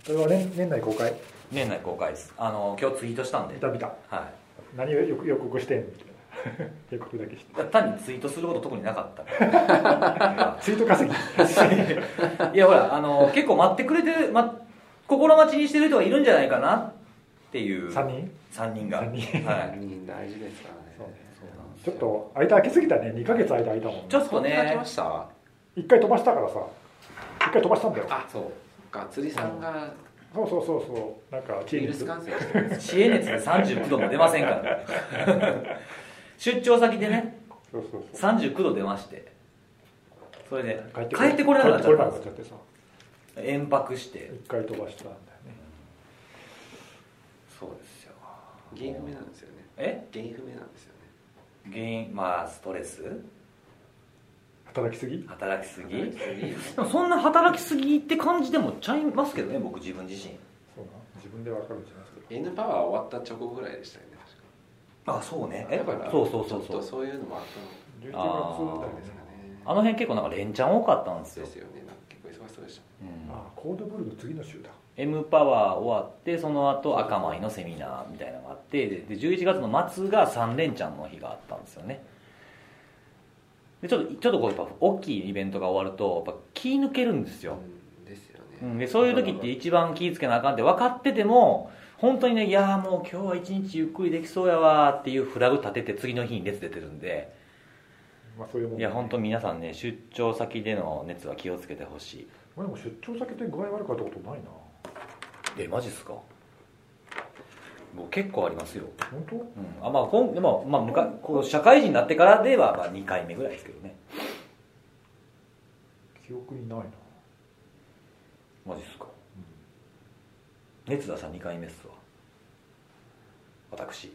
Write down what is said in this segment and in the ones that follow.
それは年内公開？ 年内公開です。今日ツイートしたんで。 見た。 はい。 何を予告してんみたいな。予告だけして。 単にツイートすること特になかった。 ツイート稼ぎ。 いやほら結構待ってくれて心待ちにしてる人がいるんじゃないかなっていう。 3 人が。 3人。 はい。大事ですからね。 ちょっと間空きすぎたね。2ヶ月間空いたもんね。 ちょっとね。 空きました？ 1回飛ばしたからさ。1回飛ばしたんだよ。 あ、そうか。釣りさんが。 そうなんかウイルス感染知恵熱で39度も出ませんから出張先でね39度出まして、それで帰ってこれなくなっちゃったんですよ。延泊して 1回飛ばしたんだよね。 そうですよ。 原因不明なんですよね。原因不明なんですよね。 原因ストレス、 働きすぎでもそんな働きすぎって感じでもちゃいますけどね、僕自分自身。 そうな、自分で分かるんじゃないですか。 N パワー終わった直後ぐらいでしたよね、確か。 あ、そうね。 だからそうちょっとそういうのもあったの。 11月だよね。 あの辺結構なんか連チャン多かったんですよ。 ですよね。結構忙しそうでした。 コードブルーの次の週だ。 M パワー終わってその後赤米のセミナーみたいなのがあって、で11月の末が3連チャンの日があったんですよね。でちょっとこうやっぱ大きいイベントが終わるとやっぱ気抜けるんですよ。 ですよね。 でそういう時って一番気ぃつけなあかんって分かってても本当にね、いやもう今日は一日ゆっくりできそうやわっていうフラグ立てて次の日に熱出てるんで、 そういうもんね。 いや本当皆さんね、出張先での熱は気をつけてほしい。 でも出張先で具合悪かったことないな。 マジっすか？もう結構ありますよ。 本当？ でもこう社会人になってからでは2回目ぐらいですけどね。 記憶にないな。 マジっすか？熱出さ2回目っすわ。私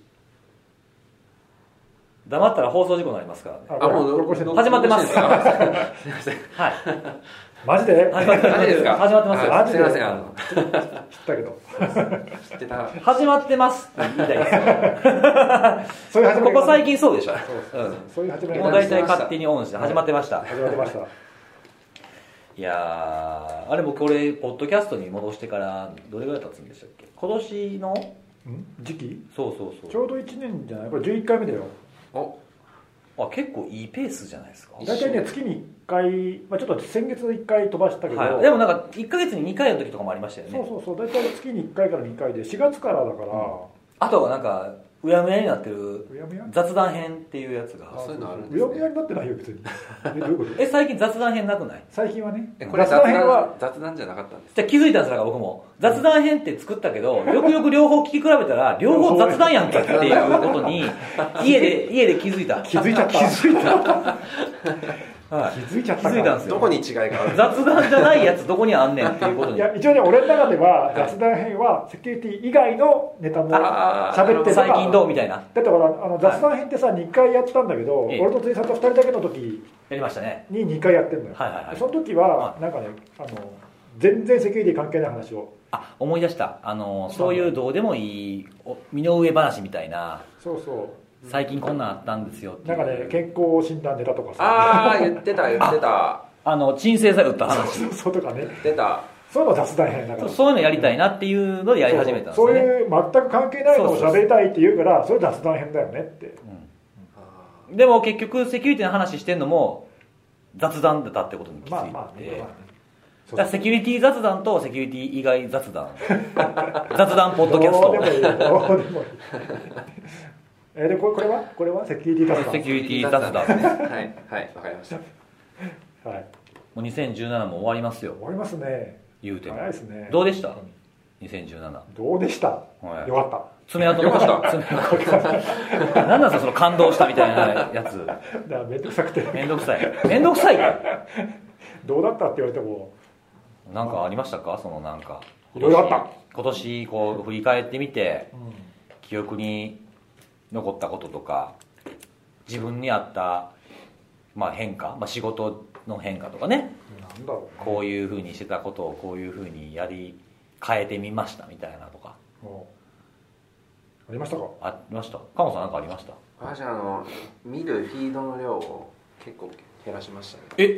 黙ったら放送事故になりますからね。 もう始まってます。すいません。はい。 マジで？ マジですか？ 始まってますよ。 マジで？ すいません。 知ったけど。 知ってた。 始まってますって言いたいですよ。 そういう始まり。 ここ最近そうでしょ。 そういう始まり。 もう大体勝手にオンして始まってました。 始まってました。 いやあれもこれポッドキャストに戻してからどれぐらい経つんでしたっけ？今年の時期？ そうちょうど1年じゃない？これ11回目だよ。 結構いいペースじゃないですか。 大体ね、月に1回、ちょっと先月1回飛ばしたけど、 でもなんか1ヶ月に2回の時とかもありましたよね。 そう大体月に1回から2回で4月からだから、 あとはなんかうやむやになってる雑談編っていうやつが。 そういうのあるんですね。 うやむやになってないよ別に。どういうこと？ 最近雑談編なくない？ 最近はね。 これ雑談じゃなかったんです。 じゃあ気づいたんですから僕も雑談編って作ったけど、よくよく両方聞き比べたら両方雑談やんけっていうことに家で気づいた。 気づいちゃった。気づいちゃった。 気づいたんですよ。 どこに違いがある？ 雑談じゃないやつどこにあんねんっていうことに。 いや一応ね、俺の中では雑談編はセキュリティ以外のネタも喋ってる。 最近どうみたいな。 だってほら雑談編ってさ2回やったんだけど、俺と辻さんと2人だけの時やりましたね。 に2回やってるのよ。その時はなんかね、全然セキュリティ関係ない話を。 思い出した。そういうどうでもいい身の上話みたいな。 そう。 最近こんなんあったんですよっていう。 なんかね、健康診断ネタとかさ。 言ってた。 鎮静剤打った話。 そうとかね。 出た。 そういうの雑談編だから。 そういうのやりたいなっていうのでやり始めたんですね。 そういう全く関係ないのを喋りたいって言うから、それ雑談編だよねって。 でも結局セキュリティの話してんのも雑談だってことに気づいて。セキュリティ雑談とセキュリティ以外雑談雑談ポッドキャスト。 どうでもいい。でこれはセキュリティ雑談。 セキュリティ雑談ね。 はいわかりました。 もう2017も終わりますよ。 終わりますね。 言うても。 早いですね。 どうでした？2017。 どうでした？よかった。 爪痕残した。何なんですかその感動したみたいなやつ。 めんどくさくて。 めんどくさい。 どうだったって言われても。 なんかありましたか？そのなんか。 いろいろあった。 今年こう振り返ってみて、記憶に残ったこととか、自分にあった変化、仕事の変化とかね。 なんだろうね。 こういう風にしてたことをこういう風に変えてみましたみたいなとか。 ありましたか？ ありました。カモさんなんかありました？ 私見るフィードの量を結構減らしましたね。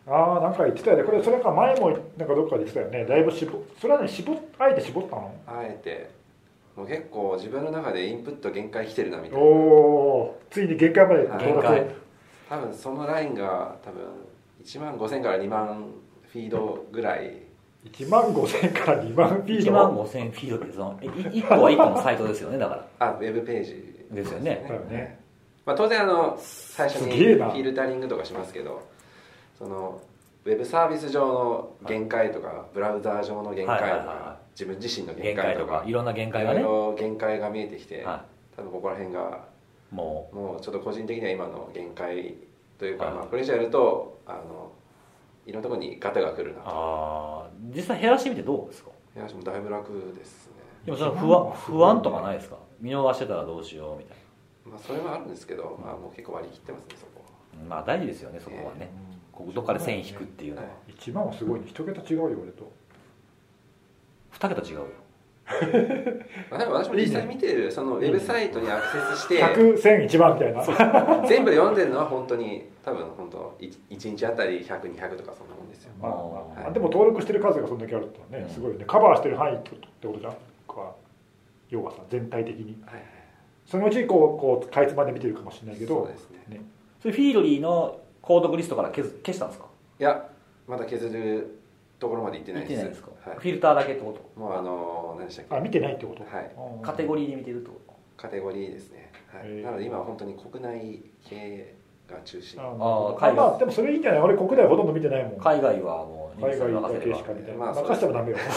ああなんか言ってたよね。これそれか前もなんかどっかで言ってたよね。だいぶそれはねあえて絞ったの？ あえてもう結構自分の中でインプット限界来てるなみたいな。 おおついに限界まで到限界達。 多分そのラインが多分1万5000から2万フィードぐらい。 1万5000から2万フィード。 1万5000フィードってその1個は1個のサイトですよね。だからウェブページですよね。 だよね。 まあ、当然最初にフィルタリングとかしますけど、そのウェブサービス上の限界とかブラウザー上の限界とか自分自身の限界とかいろんな限界がね、 いろいろ限界が見えてきて、 は多分ここら辺がももうちょっと個人的には今の限界というか、 はいまあ、これ以上やるといろんなところにガタが来るなと。 あ実際減らしてみてどうですか？ いやもうだいぶ楽ですね。 でもその不安とかないですか？見逃してたらどうしようみたいまあ、それはあるんですけど、まあ、もう結構割り切ってますねそこは。 な。まあ大事ですよねそこはね、ここどっかで線引くっていうのは。 1万はすごいね。一桁違うよ俺と。 2桁違うよ。 まあ、でも私も実際見てるそのウェブサイトにアクセスして 100、1000、1万みたいな。 全部で読んでるのは本当に多分本当1日あたり100、200とかそんなもんですよ。 まあはいでも登録してる数がそんだけあるってのはね、すごいよね。カバーしてる範囲ってことじゃんか、要はさ全体的に。 はいはい、 そのうちこうかいつまで見てるかもしれないけど。 そうですね。 それフィードリーの購読リストから消したんですか？ いやまだ削るところまで行ってないです。 見てないですか？ はい、 フィルターだけってこと？ もう何でしたっけ？ あ見てないってこと？ はい。 カテゴリーで見てるってこと？ カテゴリーですね。はい。なので今は本当に国内系が中心。 海外でもそれいいんじゃない？俺国内ほとんど見てないもん。 海外はもう海外だけしか見てない。 まあ任してもダメよ。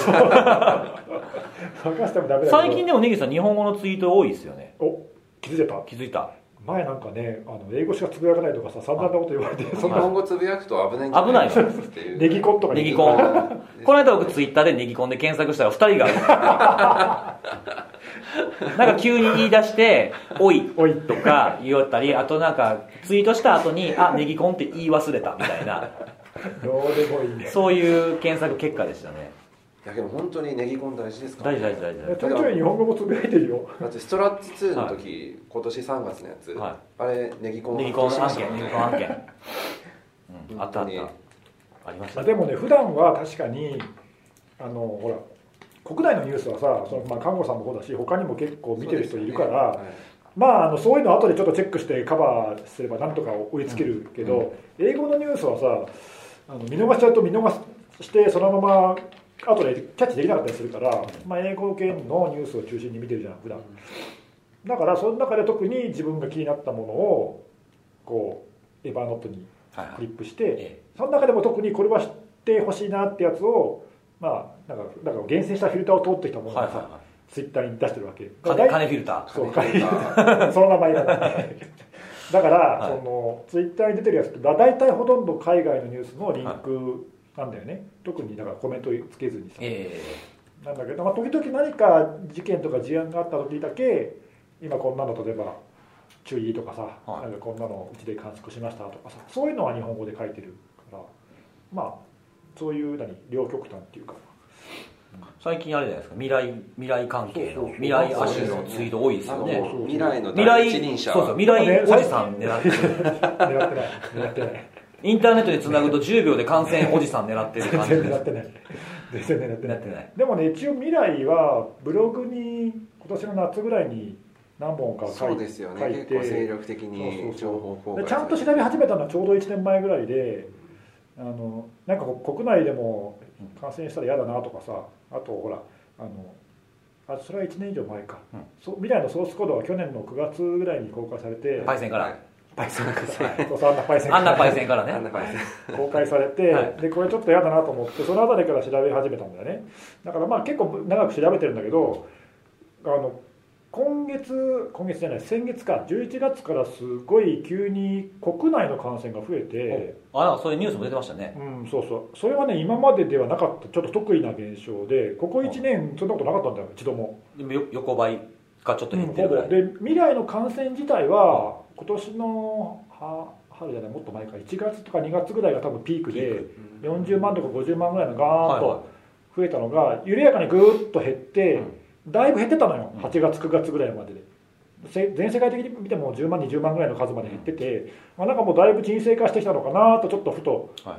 任してもダメだけど。 最近でも根岸さん日本語のツイート多いですよね。 お気づいてた？ 気づいた。 前なんかね英語しかつぶやかないとかさ散々なこと言われて、 日本語つぶやくと危ないんじゃないかっていう。 ネギコンとかネギコンこの間僕ツイッターでネギコンで検索したら2人がなんか急に言い出して「おい」とか言ったり、あとなんかツイートした後に「あネギコンって言い忘れた」みたいなどうでもいいね。 そういう検索結果でしたね。 いやでも本当にネギコン大事ですから大事。 ちょいちょい日本語もつぶやいてるよ。 だってストラッツ2の時、今年3月のやつ、あれネギコンネギコン案件、あったありました。 でもね普段は確かにほら国内のニュースはさ看護さんもそうだし他にも結構見てる人いるから、まあそういうの後でちょっとチェックしてカバーすればなんとか追いつけるけど、英語のニュースはさ見逃しちゃうと見逃してそのまま後でキャッチできなかったりするから、まあ、英語圏のニュースを中心に見てるじゃん普段。だからその中で特に自分が気になったものをこうエヴァーノートにクリップして、その中でも特にこれは知ってほしいなってやつをまあなんか厳選したフィルターを通ってきたものをさ、ツイッターに出してるわけ。 金フィルター。 そう金フィルター。その名前がないだから、そのツイッターに出てるやつって大体ほとんど海外のニュースのリンクなんだよね。特にだからコメントつけずにさ、なんだけど、まあ、時々何か事件とか事案があった時だけ今こんなの例えば注意とかさ、なんかこんなのうちで観測しましたとかさ、そういうのは日本語で書いてるから、まあそういう両極端っていうか。 最近あれじゃないですか、未来関係の未来亜種のツイート多いですよね。 未来の第一人者。 そうそう、未来おじさん狙ってる。 狙ってない。 インターネットでつなぐと10秒で感染おじさん狙ってる感じです。 全然狙ってない。全然狙ってない。でもね、一応未来はブログに今年の夏ぐらいに何本か書いて、 そうですよね、結構精力的に情報公開ちゃんと調べ始めたのはちょうど1年前ぐらいで、なんか国内でも感染したら嫌だなとかさ、あとほらそれは1年以上前か、未来のソースコードは去年の9月ぐらいに公開されて、 パイセンからパイセンからあんなパイセンからね公開されて、でこれちょっと嫌だなと思ってそのあたりから調べ始めたんだよね。だからまあ結構長く調べてるんだけど、先月か11月からすごい急に国内の感染が増えて、 そういうニュースも出てましたね。 そうそう、それはね今までではなかったちょっと得意な現象で、ここ1年そんなことなかったんだよ一度も。 でも横ばいかちょっと減ってるぐらい、 で未来の感染自体は今年の春じゃないもっと前か1月とか2月ぐらいが多分ピークで40万とか50万ぐらいのガーンと増えたのが緩やかにぐーっと減って、だいぶ減ってたのよ、8月9月ぐらいまでで。全世界的に見ても10万20万ぐらいの数まで減ってて、なんかもうだいぶ沈静化してきたのかなとちょっとふと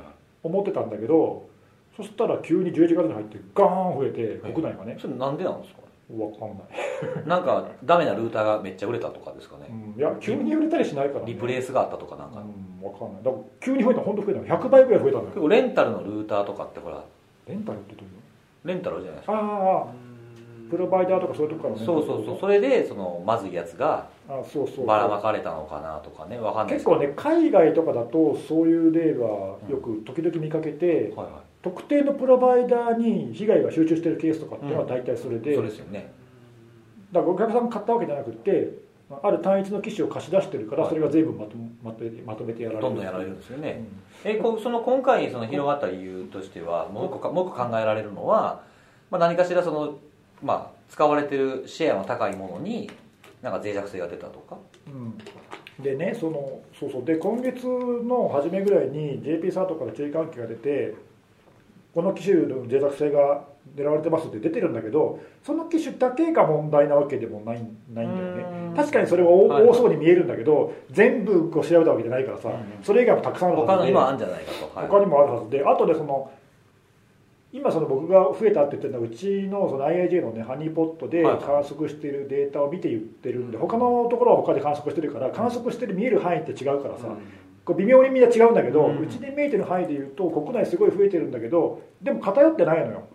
思ってたんだけど、そしたら急に11月に入ってガーン増えて、国内がね、 それなんでなんですか？ 分かんないなんかダメなルーターがめっちゃ売れたとかですかね、 いや急に売れたりしないから、ね、 リプレイスがあったとかなんか、 分かんない。だから急に増えたの、本当増えたの、100倍ぐらい増えたのよ。 結構レンタルのルーターとかってほら、 レンタルってどういうレンタルじゃないですか。 の？ああ、プロバイダーとかそういうとこからね。 そう、それでそのまずいやつがばらまかれたのかなとかね、わかんないですけど、 結構ね、海外とかだとそういう例はよく時々見かけて、 はいはい、 特定のプロバイダーに被害が集中しているケースとかっていうのは大体それで、 そうですよね。 だからお客さんが買ったわけじゃなくて、ある単一の機種を貸し出してるから、それが全部まとめてやられる、 どんどんやられるんですよね、その今回その広がった理由としてはもう一個考えられるのは、何かしらその、使われてるシェアの高いものになんか脆弱性が出たとか、 でね、そうで今月の初めぐらいに JP サートから注意喚起が出て、この機種の脆弱性が狙われてますって出てるんだけど、その機種だけが問題なわけでもないんだよね。確かにそれは多そうに見えるんだけど、全部こう調べたわけじゃないからさ、それ以外もたくさんあるはずで、 他の今あるんじゃないかと、 他にもあるはずで、あとで今僕が増えたって言ってるのは、うちのIIJ のね、ハニーポットで観測しているデータを見て言ってるんで、他のところは他で観測してるから、観測してる見える範囲って違うからさ、こう微妙にみんな違うんだけど、うちで見えてる範囲で言うと国内すごい増えてるんだけど、でも偏ってないのよ。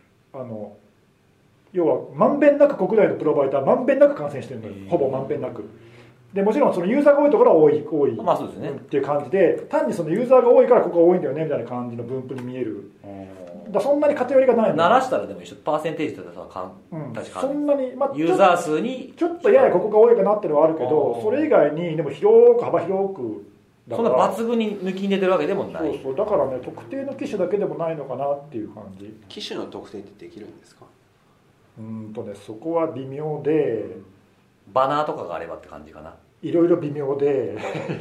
要はまんべんなく国内のプロバイダーまんべんなく感染してるのよ、ほぼまんべんなく。でもちろんそのユーザーが多いところは多い、 そうですね、 っていう感じで、単にそのユーザーが多いからここが多いんだよねみたいな感じの分布に見える。だそんなに偏りがないの。 鳴らしたらでも一緒、パーセンテージとかさ、確かそんなに、 ユーザー数にちょっとややここが多いかなっていうのはあるけど、それ以外にでも広く幅広く、 そんな抜群に抜きに出てるわけでもない。 そうだからね、特定の機種だけでもないのかなっていう感じ。 機種の特定ってできるんですか？ そこは微妙で、 バナーとかがあればって感じかな。 いろいろ微妙で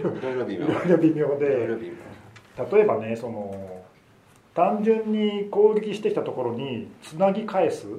例えばね、単純に攻撃してきたところにつなぎ返す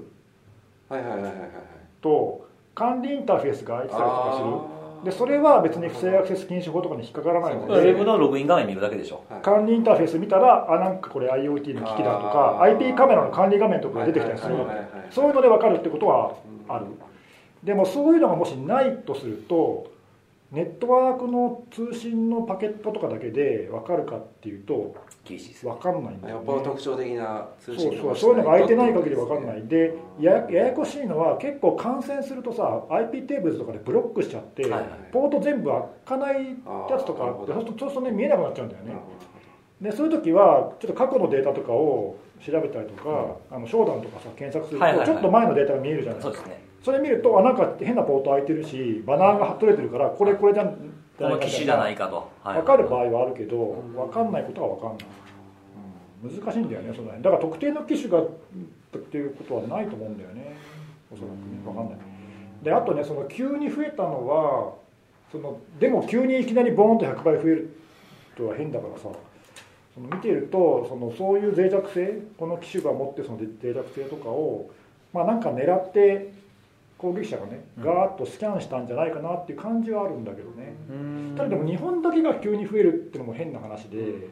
と管理インターフェースが開いてたりとかする。でそれは別に不正アクセス禁止法とかに引っかからないので、 ウェブのログイン画面見るだけでしょ。 管理インターフェース見たら、なんかこれ IoT の機器だとか IP カメラの管理画面とかが出てきたりするので、そういうので分かるってことはある。でもそういうのがもしないとすると、ネットワークの通信のパケットとかだけで分かるかっていうと分かんないんだよね。 やっぱ特徴的な通信とかそういうのが空いてない限り分かんない。でややこしいのは、結構感染するとさ、 IP テーブルとかでブロックしちゃって、ポート全部開かないやつとかあって、そうするとね見えなくなっちゃうんだよね。でそういう時はちょっと過去のデータとかを調べたりとか、商談とかさ検索するとちょっと前のデータが見えるじゃないですか。それ見ると、なんか変なポート開いてるし、バナーが取れてるから、これじゃこの機種じゃないかと分かる場合はあるけど、分かんないことは分かんない。難しいんだよね、その辺。だから特定の機種がっていうことはないと思うんだよね、おそらくね。分かんない。であとね、急に増えたのは、でも急にいきなりボーンと100倍増えるとは変だからさ、見ているとそういう脆弱性、この機種が持ってる脆弱性とかを、なんか狙って攻撃者がねガーッとスキャンしたんじゃないかなっていう感じはあるんだけどね。ただでも日本だけが急に増えるっていうのも変な話で、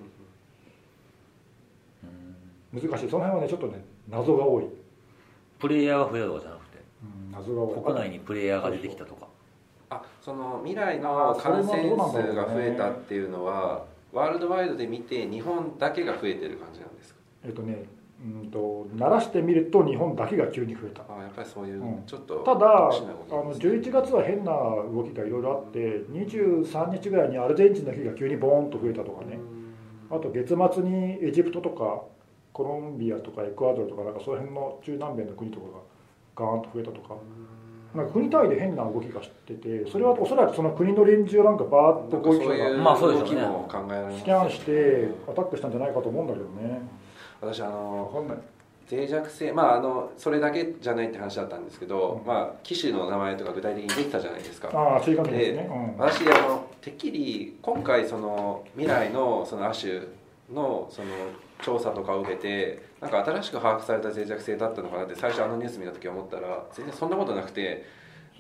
難しい。その辺はねちょっとね謎が多い。 プレイヤーが増えたとかじゃなくて、 謎が多い。 国内にプレイヤーが出てきたとか。 その未来の感染数が増えたっていうのはワールドワイドで見て日本だけが増えてる感じなんですか？ 鳴らしてみると日本だけが急に増えた。 やっぱりそういうちょっと、 ただ11月は変な動きがいろいろあって、23日ぐらいにアルゼンチンの日が急にボーンと増えたとかね、あと月末にエジプトとかコロンビアとかエクアドルとか、なんかその辺の中南米の国とかがガーンと増えたとか、なんか国単位で変な動きがしてて、それはおそらくその国の連中をなんかバーッと攻撃者がスキャンしてアタックしたんじゃないかと思うんだけどね。 私分かんない。 脆弱性、それだけじゃないって話だったんですけど、機種の名前とか具体的に出てたじゃないですか。 注意喚起ですね。 私てっきり今回未来の亜種の調査とかを受けて、なんか新しく把握された脆弱性だったのかなって最初ニュース見た時思ったら、全然そんなことなくて、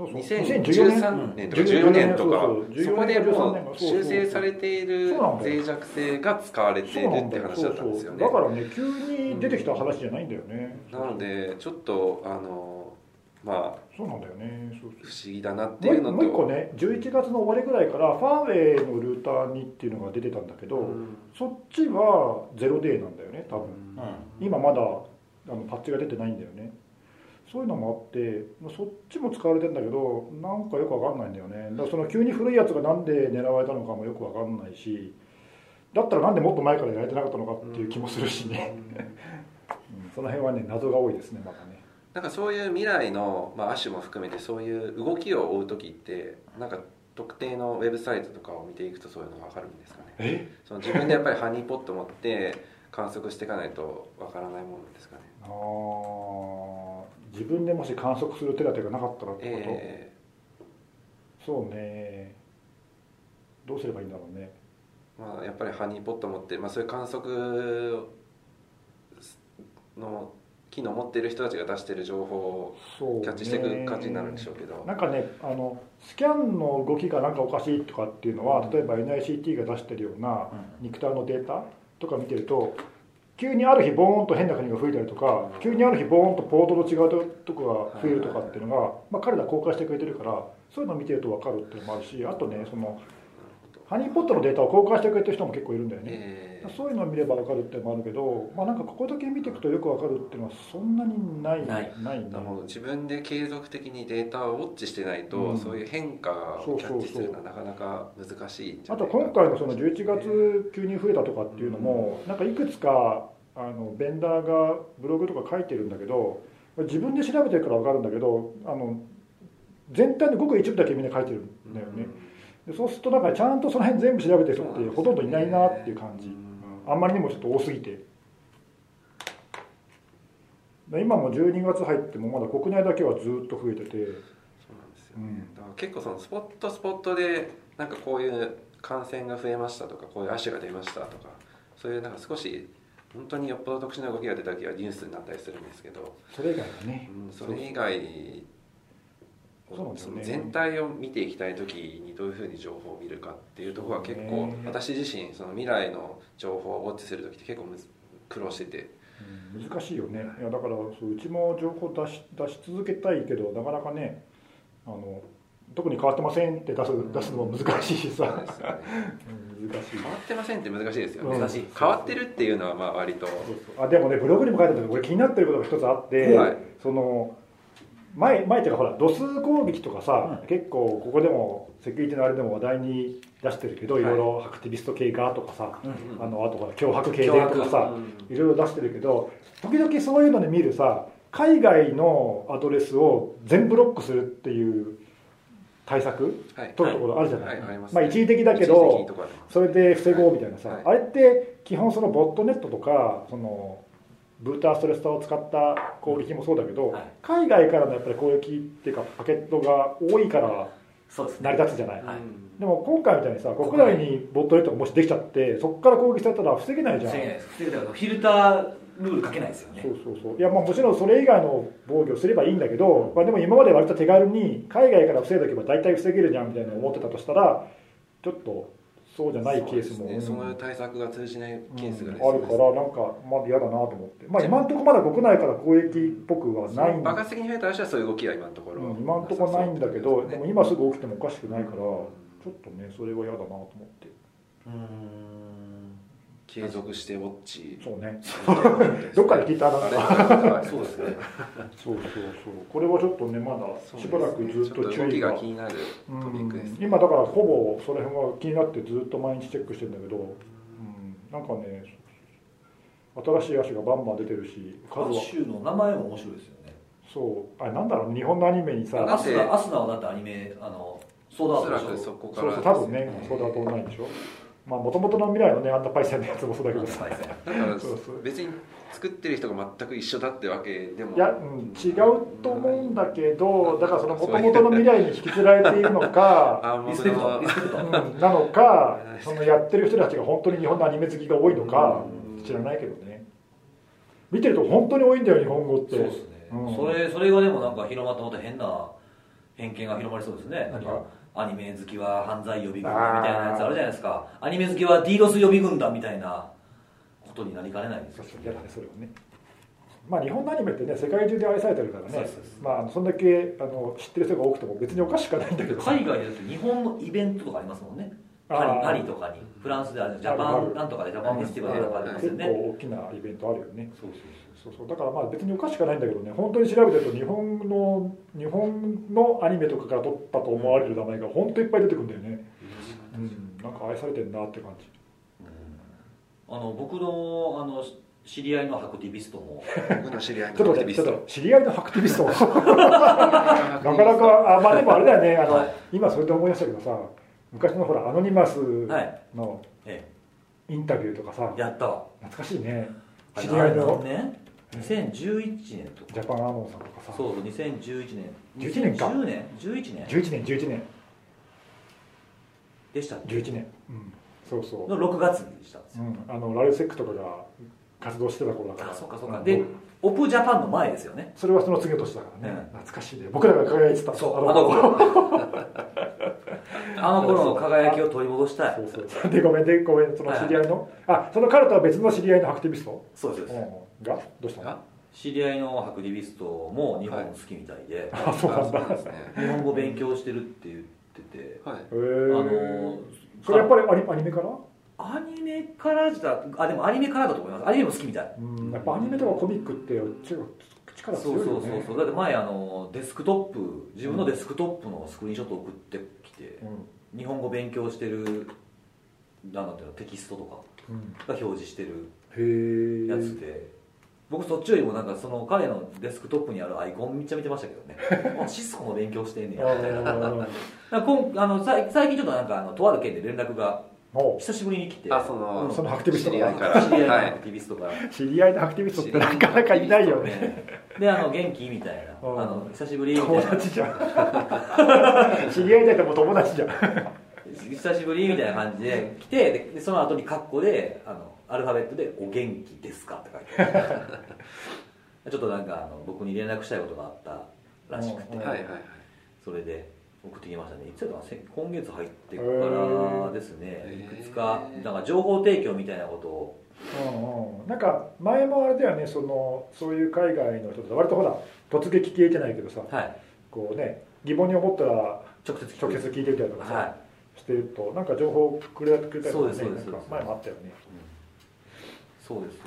2013年とか14年とかそこでもう修正されている脆弱性が使われているっていう話だったんですよね。 だからね急に出てきた話じゃないんだよね。 なのでちょっとまあそうなんだよね。 不思議だなっていうのともう一個ね11月の終わりぐらいからファーウェイのルーターにっていうのが出てたんだけど、そっちは 0D なんだよね多分、今まだパッチが出てないんだよね。そういうのもあってそっちも使われてんだけどなんかよくわかんないんだよね。だからその急に古いやつがなんで狙われたのかもよくわかんないし、だったらなんでもっと前からやられてなかったのかっていう気もするしね、その辺はね謎が多いですねまだね。 なんかそういう未来の、アッシュも含めてそういう動きを追う時ってなんか特定のウェブサイトとかを見ていくとそういうのが分かるんですかね。その自分でやっぱりハニーポット持って観測していかないと分からないものなんですかね。 自分でもし観測する手立てがなかったらってこと、そうねどうすればいいんだろうね。 やっぱりハニーポット持って、そういう観測の機能を持っている人たちが出している情報をキャッチしていく感じになるんでしょうけど、 なんかねスキャンの動きがなんかおかしいとかっていうのは、例えば NICT が出してるような肉体のデータとか見てると急にある日ボーンと変な国が増えたりとか、急にある日ボーンとポートの違うとこが増えるとかっていうのが、彼ら公開してくれてるから、そういうのを見てると分かるっていうのもあるし、あとねそのハニーポットのデータを公開してくれてる人も結構いるんだよね、そういうのを見れば分かるっていうのもあるけど、なんかここだけ見ていくとよく分かるっていうのはそんなにないね。 自分で継続的にデータをウォッチしてないと、そういう変化をキャッチするのはなかなか難しいんじゃないか。 あと今回のその11月急に増えたとかっていうのも、なんかいくつかベンダーがブログとか書いてるんだけど、自分で調べてるから分かるんだけど、全体のごく一部だけみんな書いてるんだよね。でそうするとなんかちゃんとその辺全部調べてる人ってほとんどいないなっていう感じ、あんまりにもちょっと多すぎて。今も12月入ってもまだ国内だけはずっと増えてて、そうなんですよね。だから結構そのスポットでなんかこういう感染が増えましたとか、こういう足が出ましたとか、そういうなんか少し本当によっぽど特殊な動きが出た時はニュースになったりするんですけど、 それ以外はね、 それ以外その全体を見ていきたい時にどういうふうに情報を見るかっていうところは結構、私自身その未来の情報をウォッチする時って結構苦労してて、 難しいよね。いやだからうちも情報出し続けたいけど、なかなかね特に変わってませんって出すのも難しいしさ、難しい。 変わってませんって難しいですよね。変わってるっていうのは割とでもねブログにも書いてあったけど、俺気になってることが一つあって、その前っていうかほらドス攻撃とかさ、結構ここでもセキュリティのあれでも話題に出してるけど、いろいろハクティビスト系がとかさ、あとほら脅迫系でとかさ、いろいろ出してるけど、時々そういうので見るさ、海外のアドレスを全ブロックするっていう対策取るところあるじゃない。一時的だけどそれで防ごうみたいなさ、あれって基本そのボットネットとかそのブーターストレスターを使った攻撃もそうだけど、海外からのやっぱり攻撃っていうかパケットが多いから成り立つじゃない。でも今回みたいにさ、国内にボットネットがもしできちゃってそこから攻撃されたら防げないじゃん。 防げない。フィルタールールかけないですよね。 そういやもちろんそれ以外の防御をすればいいんだけど、でも今まで割と手軽に海外から防いでおけば大体防げるじゃんみたいな思ってたとしたら、ちょっとそうじゃないケースもそういう対策が通じないケースがあるから、なんかまだ嫌だなと思って、今のところまだ国内から攻撃っぽくはないん爆発的に増えたらそういう動きは今のところ、 今のところないんだけど、でも今すぐ起きてもおかしくないから、ちょっとねそれは嫌だなと思って。 継続してウォッチ。 そうね。どっかで聞いたな。 そうですね。 そう。これはちょっとねまだしばらくずっと注意が気になるトピックです。 今だからほぼそれ辺は気になってずっと毎日チェックしてるんだけど、なんかね新しい足がバンバン出てるし、 アッシュの名前も面白いですよね。 そうなんだろう、日本のアニメにさ、 アスナはだってアニメソードアートでしょ。 そこから多分ねソードアートオンラインでしょ。もともとの未来のねあんなパイセンのやつもそうだけどさ、 だから別に作ってる人が全く一緒だってわけでもいや、違うと思うんだけど、だからそのもともとの未来に引きずられているのかリスペクトなのか、そのやってる人たちが本当に日本のアニメ好きが多いのか知らないけどね。見てると本当に多いんだよ日本語って。 そうですね。それがでもなんか広まってまた変な偏見が広まりそうですね。なんかアニメ好きは犯罪予備軍団みたいなやつあるじゃないですか。アニメ好きは DDoS 予備軍団みたいなことになりかねないんですよ。 嫌だね、それをね。まあ日本のアニメってね、世界中で愛されてるからね、まあそんだけ知ってる人が多くても別におかしくはないんだけど、 海外でだって日本のイベントとかありますもんね。パリとかに、フランスであるジャパンなんとかでジャパンフェスティバルとかありますよね。 結構大きなイベントあるよね。そうだからまあ別におかしくはないんだけどね、本当に調べてると日本のアニメとかから取ったと思われる名前が本当いっぱい出てくるんだよね。なんか愛されてるなって感じ。 僕の知り合いのハクティビストも僕の知り合いのハクティビスト、 知り合いのハクティビストなかなかまあでもあれだよね、今それで思い出したけどさ、昔のほらアノニマスのインタビューとかさ、 やったわ、 懐かしいね。知り合いのね、2011年とかジャパンアノンさんとかさ、 そう2011年 11年か 10年11年でしたっけ。 11年、そうそうの6月にしたんですよ。 ラルセックとかが活動してた頃だから。 そうかでオープンジャパンの前ですよね。 それはその次の年だからね、懐かしいね。僕らが輝いてた、 そうあの頃の輝きを取り戻したい。 そうでごめんその知り合いの、その彼とは別の知り合いのハクティビスト、 そうです、 がどうしたの？ 知り合いのハクティビストも日本好きみたいで、 そうなんだ。 日本語勉強してるって言ってて、 それやっぱりアニメから？ アニメからでもアニメからだと思います。アニメも好きみたい。 やっぱアニメとかコミックって力強いよね。 そうだって前デスクトップ、自分のデスクトップのスクリーンショットを送ってきて、日本語勉強してるなんていうのテキストとかが表示してるやつで、僕そっちよりもなんかその彼のデスクトップにあるアイコンめっちゃ見てましたけどね。シスコの勉強してんねやみたいな。最近ちょっとなんかとある件で連絡が久しぶりに来て、 そのハクティビスト知り合いのハクティビストから知り合いのハクティビストってなかなかいないよね。 で元気みたいな、久しぶりみたいな、 友達じゃん。知り合いだともう友達じゃん。 久しぶりみたいな感じで来て、でその後にカッコでアルファベットで「お元気ですか?」って書いてちょっとなんか僕に連絡したいことがあったらしくて、それで送ってきましたね。いつだか今月入ってからですね。いくつかなんか情報提供みたいなことを、 なんか前もあれだよね、そういう海外の人と割とほら突撃聞いてないけどさ、こうね疑問に思ったら直接聞いてみたりとかさ、してるとなんか情報くれたりとかね、前もあったよね。 そうです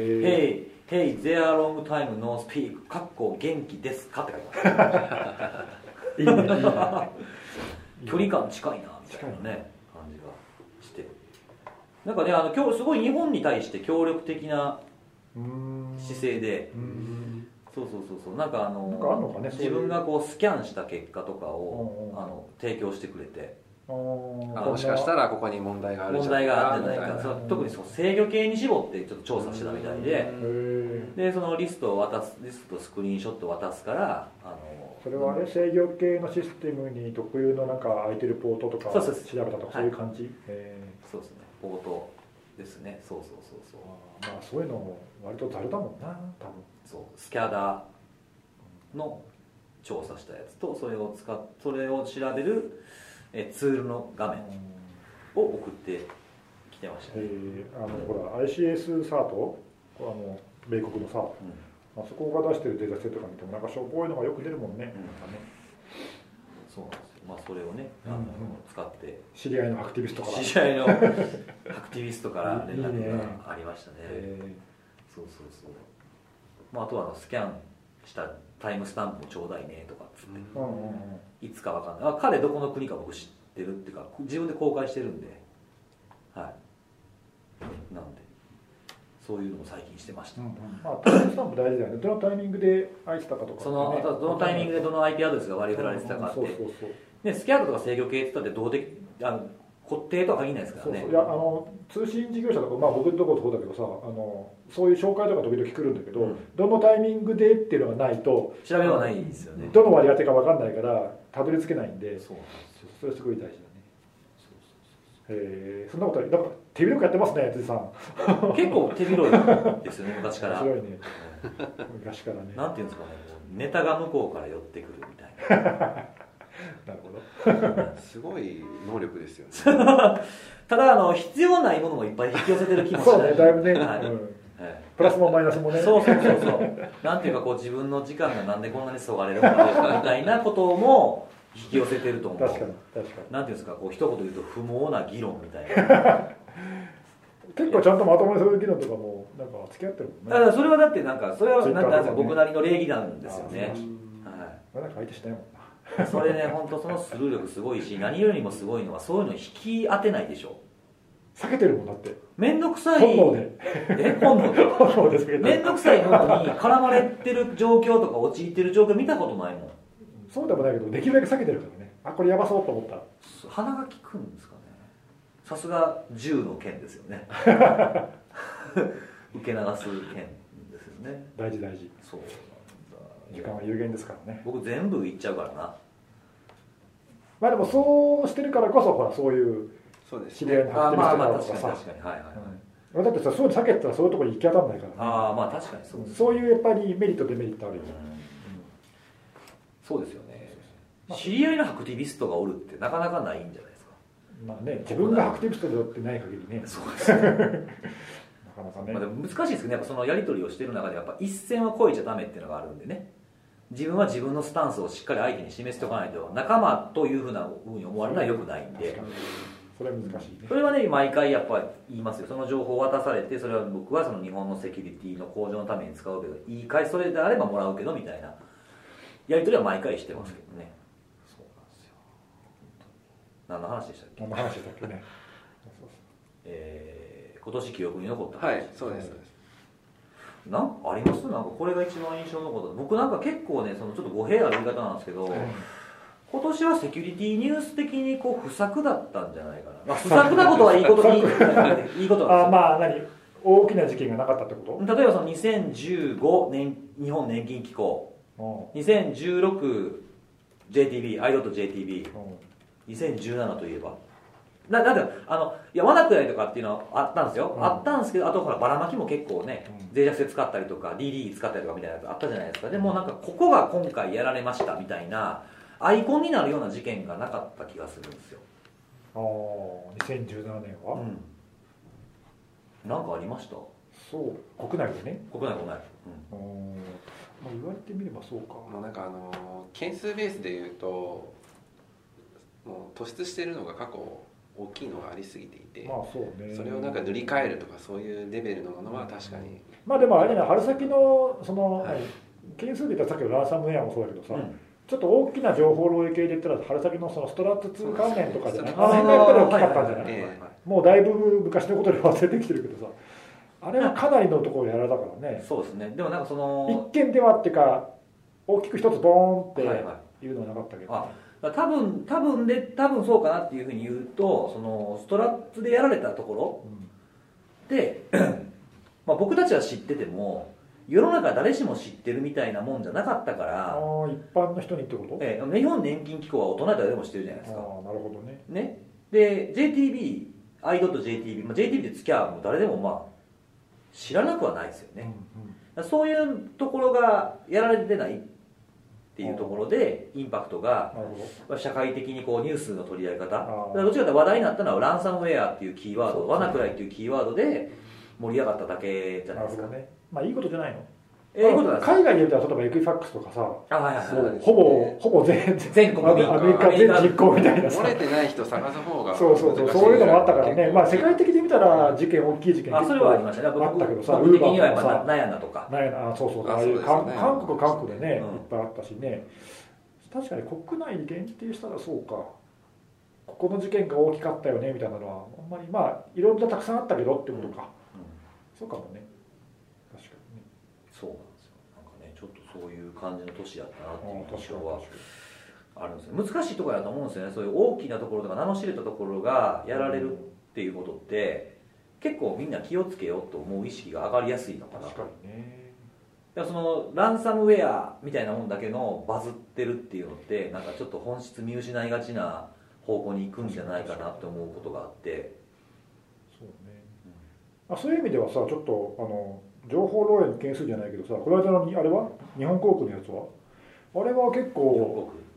。Hey, there long time no speak かっこ元気ですかって書いてます。いいね距離感近いなみたいなね感じがして、なんかね今日すごい日本に対して協力的な姿勢で、そうなんか自分がこうスキャンした結果とかを提供してくれて、 もしかしたらここに問題があるんじゃないか、特に制御系に絞ってちょっと調査してたみたいで、そのリストとスクリーンショットを渡すから、 それは制御系のシステムに特有のなんか空いてるポートとか調べたとかそういう感じ？ そうですね、ポートですね。そうまあそういうの割とざるだもんな、多分。 そうスキャダの調査したやつとそれを調べるツールの画面を送ってきてましたね。 ほら ICS サート、米国のさ、あそこが出してるデータセットとか見てもなんかしょぼいのがよく出るもんね。 そうなんですよ。それをね使って知り合いのアクティビストから連絡がありましたね。そうあとはスキャンしたタイムスタンプもちょうだいねとかっつって、いつかわかんない、彼どこの国か僕知ってるっていうか自分で公開してるんで、なんでそういうのも最近してました。 タイムスタンプ大事だよね。どのタイミングで空いてたかとか、 どのタイミングでどの IP アドレスが割り振られてたかって、でスキャンとか制御系って言ったってどうで固定とは限らないですからね。 いや通信事業者とか、僕のところそうだけどさ、そういう紹介とか時々来るんだけど、どのタイミングでっていうのがないと調べようがないんですよね。 どの割り当てか分かんないからたどり着けないんで、それすごい大事だね。そんなことなんか手広くやってますね、辻さん。 結構手広いですよね、昔から。 面白いね。昔からね。 なんていうんですかね、ネタが向こうから寄ってくるみたいな。 なるほど。 すごい能力ですよね。 ただ必要ないものもいっぱい引き寄せてる気もしない。 そうね、だいぶね、 はい、 プラスもマイナスもね。 そうなんていうかこう自分の時間がなんでこんなにそがれるのかみたいなことも引き寄せてると思う。 確かに。 なんていうんですか、こう一言で言うと不毛な議論みたいな。 結構ちゃんとまともにそういう議論とかもなんか付き合ってるもんね。 だからそれはだってそれはなんか僕なりの礼儀なんですよね。 なんか相手しないもんな。それね、本当そのスルー力すごいし、何よりもすごいのはそういうの引き当てないでしょ。 避けてるもんだって。 めんどくさい。 本能で。 本能ですけど。 めんどくさいものに絡まれてる状況とか陥ってる状況見たことないもん。 そうでもないけど、できるだけ避けてるからね。あ、これやばそうと思ったら。 鼻が効くんですかね。さすが銃の剣ですよね。受け流す剣ですよね。 大事。そう。時間は有限ですからね。 僕全部いっちゃうからな。 まあでもそうしてるからこそほらそういう知り合いの発展してたりとかさ。 確かにはい。 だってさ、そういうの避けてたらそういうところに行き当たらないからね。 ああ、まあ確かにそうです。 そういうやっぱりメリットデメリットあるよね。 そうですよね。知り合いのアクティビストがおるってなかなかないんじゃないですか。 まあね、自分がアクティビストでってない限りね。 そうですね。 なかなかね。 まあでも難しいですけどね、やっぱそのやり取りをしている中でやっぱ一線は越えちゃダメっていうのがあるんでね。自分は自分のスタンスをしっかり相手に示しておかないと仲間というふうに思われるのは良くないんで。 それは難しいね。 それはね、毎回やっぱり言いますよ。その情報を渡されて、それは僕はその日本のセキュリティの向上のために使うけど、いいかいそれであればもらうけどみたいなやり取りは毎回してますけどね。そうなんですよ。何の話でしたっけ？ 何の話でしたっけね。 今年記憶に残った話。 はい、そうです。 なんかあります？なんかこれが一番印象に残った。僕なんか結構ね、そのちょっと語弊ある言い方なんですけど。今年はセキュリティニュース的にこう不作だったんじゃないかな。不作なことはいいことにいいことなんですよ。 まあ大きな事件がなかったってこと？ 例えばその2015年日本年金機構、2016 JTB、i.jtb、2017といえば。なんでいやワナクライとかっていうのはあったんですよ、あったんですけど、あとほらばらまきも結構ね、脆弱性使ったりとか DD 使ったりとかみたいなやつあったじゃないですか。でもなんかここが今回やられましたみたいなアイコンになるような事件がなかった気がするんですよ。 2017年は、 なんかありました？ そう国内でね。 国内、 まあ、言われてみればそうか。 もうなんか件数ベースでいうともう突出しているのが過去大きいのがありすぎていて、 まあそうね、 それをなんか塗り替えるとかそういうレベルのものは確かに、 まあでもあれじゃない、春先のその、件数で言ったらさっきのランサムウェアもそうだけどさ、ちょっと大きな情報漏洩系で言ったら春先のそのストラット2関連とかじゃない、あれがやっぱり大きかったんじゃない、もうだいぶ昔のことで忘れてきてるけどさ、あれはかなりのところやられたからね。 そうですね。でもなんかその一件ではっていうか大きく一つボーンっていうのはなかったけど、 多分そうかなっていうふうに言うと、そのストラッツでやられたところで、まあ僕たちは知ってても世の中誰しも知ってるみたいなもんじゃなかったから。 一般の人にってこと？ 日本年金機構は大人誰でも知ってるじゃないですか。 なるほどね。 で JTB、i.jtb、JTB でつきゃもう誰でもまあ知らなくはないですよね。そういうところがやられてないっていうところでインパクトが社会的にこうニュースの取り合い方、どっちかというと話題になったのはランサムウェアっていうキーワード、ワナクライっていうキーワードで盛り上がっただけじゃないですか。 なるほどね。まあいいことじゃないの。 海外で言うと例えばエクイファックスとかさ、 ほぼ全国民アメリカ全実行みたいなさ、 漏れてない人探す方がそういうのもあったからね。まあ世界的に見たら大きい事件それはありましたね。 あったけどさ、 ウーバーとかさ、ナヤナとか、 ああいう韓国でねいっぱいあったしね。確かに国内に限定したらそうか、ここの事件が大きかったよねみたいなのはあんまり、まあいろんなたくさんあったけどってことか。そうかもね。確かにね。 そうなんですよ。なんかね、ちょっとそういう感じの年やったなっていう印象はあるんですよ。難しいところだと思うんですよね。そういう大きなところとか名の知れたところがやられるっていうことって、結構みんな気をつけようと思う意識が上がりやすいのかな。 確かにね。 そのランサムウェアみたいなもんだけのバズってるっていうのってなんかちょっと本質見失いがちな方向に行くんじゃないかなって思うことがあって、 そうね。そういう意味ではさ、ちょっと情報漏洩の件数じゃないけどさ、この間のあれは日本航空のやつはあれは結構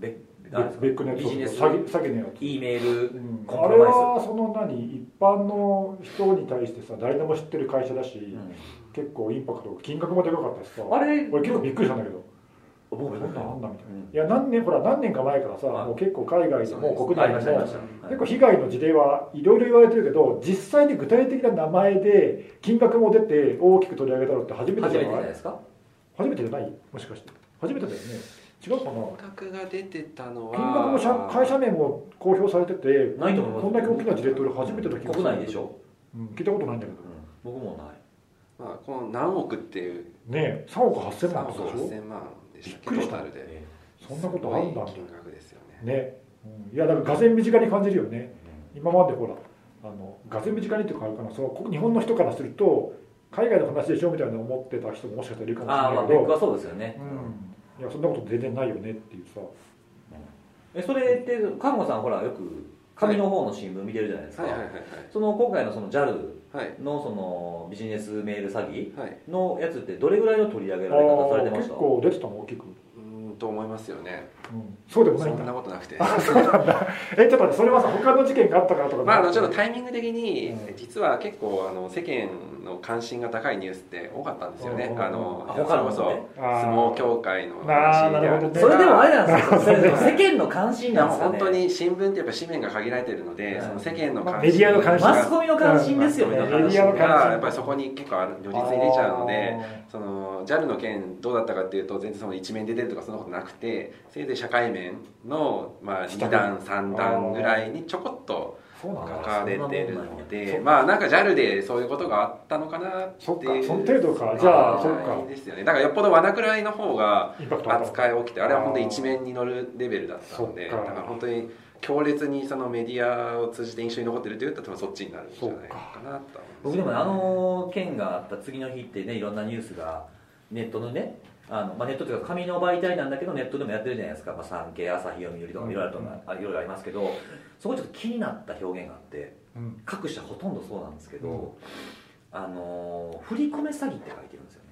ベックのやつ、 ビジネス詐欺のやつ、 E メール、 あれはその一般の人に対してさ、誰でも知ってる会社だし、結構インパクト、金額もでかかったしさ、俺結構びっくりしたんだけど、そんなあんなみたいな。いや何年か前からさ、もう結構海外でも国内でも結構被害の事例はいろいろ言われてるけど、実際に具体的な名前で金額も出て大きく取り上げたのって初めてじゃないですか？初めてじゃない？もしかして初めてだよね。違うかな。 金額が出てたのは、 金額も会社名も公表されてて、こんだけ大きな事例って俺初めての気がする。 国内でしょ？ 聞いたことないんだけど。 僕もない。 まあこの何億っていうね、3億8000万でしょ。 8000万でしたっけ、トータルで。 そんなことあるんだ。 金額ですよね。 ね、いやだからがぜ身近に感じるよね。今までほらがぜ身近にっていうかあるかな、その日本の人からすると海外の話でしょみたいな思ってた人ももしかしたらいるかもしれないけど、 僕はそうですよね。 いやそんなこと全然ないよねっていうさ。 それって看護さんほらよく紙の方の新聞見てるじゃないですか。その今回のその JAL のそのビジネスメール詐欺のやつってどれぐらいの取り上げられ方されてました？ 結構出てたの大きく。 と思いますよね。 そうでもないんだ。 そんなことなくて。 そうなんだ。ちょっと待って、それはさ他の事件があったからとか。 まあちょっとタイミング的に実は結構世間の関心が高いニュースって多かったんですよね。それこそ相撲協会の話で、それでもあれなんですよ。世間の関心なんですかね。 本当に新聞ってやっぱ紙面が限られているので、その世間の関心、 メディアの関心、 マスコミの関心ですよね。 メディアの関心がやっぱりそこに結構如実に出ちゃうので、その JAL の件どうだったかっていうと全然その一面で出るとかそんなことなくて、せいぜい社会面の2段3段ぐらいにちょこっと書かれてるので、まあなんか JAL でそういうことがあったのかなっていう、 その程度か。じゃあそうかですよね。だからよっぽど罠くらいの方が扱い起きて、あれは本当に一面に載るレベルだったので、だから本当に強烈にそのメディアを通じて印象に残ってるというと多分そっちになるんじゃないかなと。 僕でも件があった次の日ってね、いろんなニュースがネットのね、ネットというか紙の媒体なんだけどネットでもやってるじゃないですか。産経、朝日、読売とかいろいろありますけど、そこちょっと気になった表現があって、各社ほとんどそうなんですけど、振り込め詐欺って書いてるんですよね。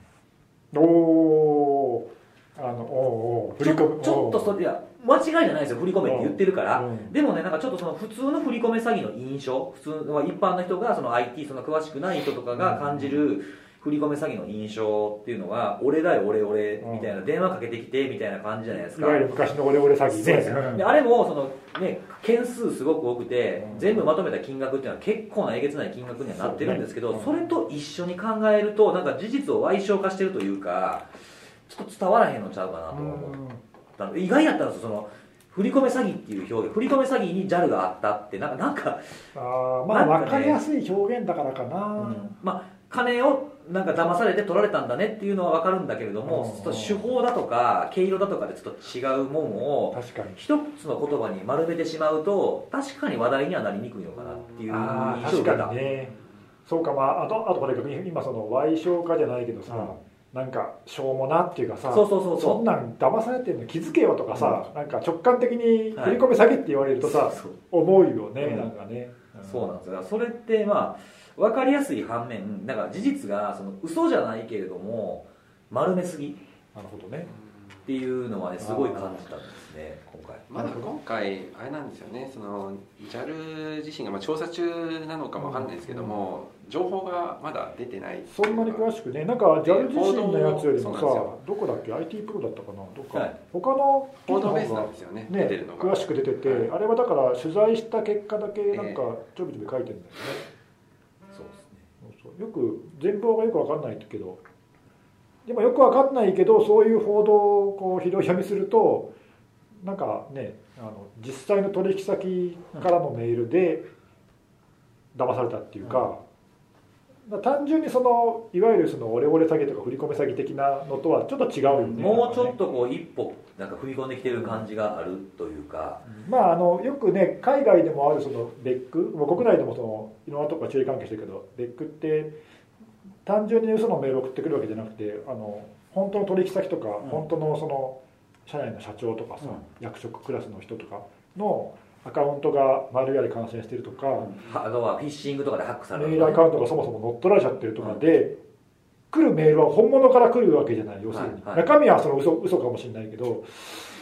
ちょっとそれ、いや間違いじゃないですよ、振り込めって言ってるから。でもね、なんかちょっとその普通の振り込め詐欺の印象、普通は一般の人がその IT その詳しくない人とかが感じる振り込め詐欺の印象っていうのが、俺だよ俺みたいな、電話かけてきてみたいな感じじゃないですか。 いわゆる昔の俺詐欺ね。 であれもそのね、件数すごく多くて、全部まとめた金額っていうのは結構なえげつない金額にはなってるんですけど、それと一緒に考えるとなんか事実を歪償化してるというか、ちょっと伝わらへんのちゃうかなと思ったの。意外だったんですよ、その振り込め詐欺っていう表現。振り込め詐欺に JAL があったってなんかまあ分かりやすい表現だからかな。 まあ金をなんか騙されて取られたんだねっていうのは分かるんだけれども、手法だとか毛色だとかでちょっと違うもんを一つの言葉に丸めてしまうと、確かに話題にはなりにくいのかなっていう印象が。 確かにね。そうか。あとこれ今その歪償化じゃないけどさ、なんかしょうもなっていうかさ、そんなん騙されてるの気づけよとかさ、なんか直感的に振り込め詐欺って言われるとさ、思うよね。なんかね。 そうなんですよ。それってまあ分かりやすい反面、なんか事実がその嘘じゃないけれども丸めすぎ、 なるほどね、 っていうのはねすごい感じたんですね今回。 まだ今回あれなんですよね、その JAL 自身が調査中なのかもわかんないですけども、情報がまだ出てない。 そんなに詳しくね、なんか JAL 自身のやつよりもさ、どこだっけ IT プロだったかな、どっか、他の報道ベースなんですよね、出てるのが詳しく出てて、あれはだから取材した結果だけなんかちょびちょび書いてるんだよね。よく全貌がよく分かんないけど、でもよく分かんないけど、そういう報道をこう拾い読みするとなんかね、実際の取引先からのメールで騙されたっていうか、単純にそのいわゆるそのオレオレ詐欺とか振り込め詐欺的なのとはちょっと違うよね。 もうちょっとこう一歩なんか踏み込んできてる感じがあるというか、 まあよくね海外でもあるそのベック、もう国内でもそのいろんなところが注意関係してるけど、ベックって単純に嘘のメールを送ってくるわけじゃなくて、本当の取引先とか、本当のその社内の社長とかさ、役職クラスの人とかのアカウントが丸やり感染してるとか、 あとはフィッシングとかでハックされる、 メールアカウントがそもそも乗っ取られちゃってるとかで、来るメールは本物から来るわけじゃない、要するに、中身はその嘘かもしれないけど、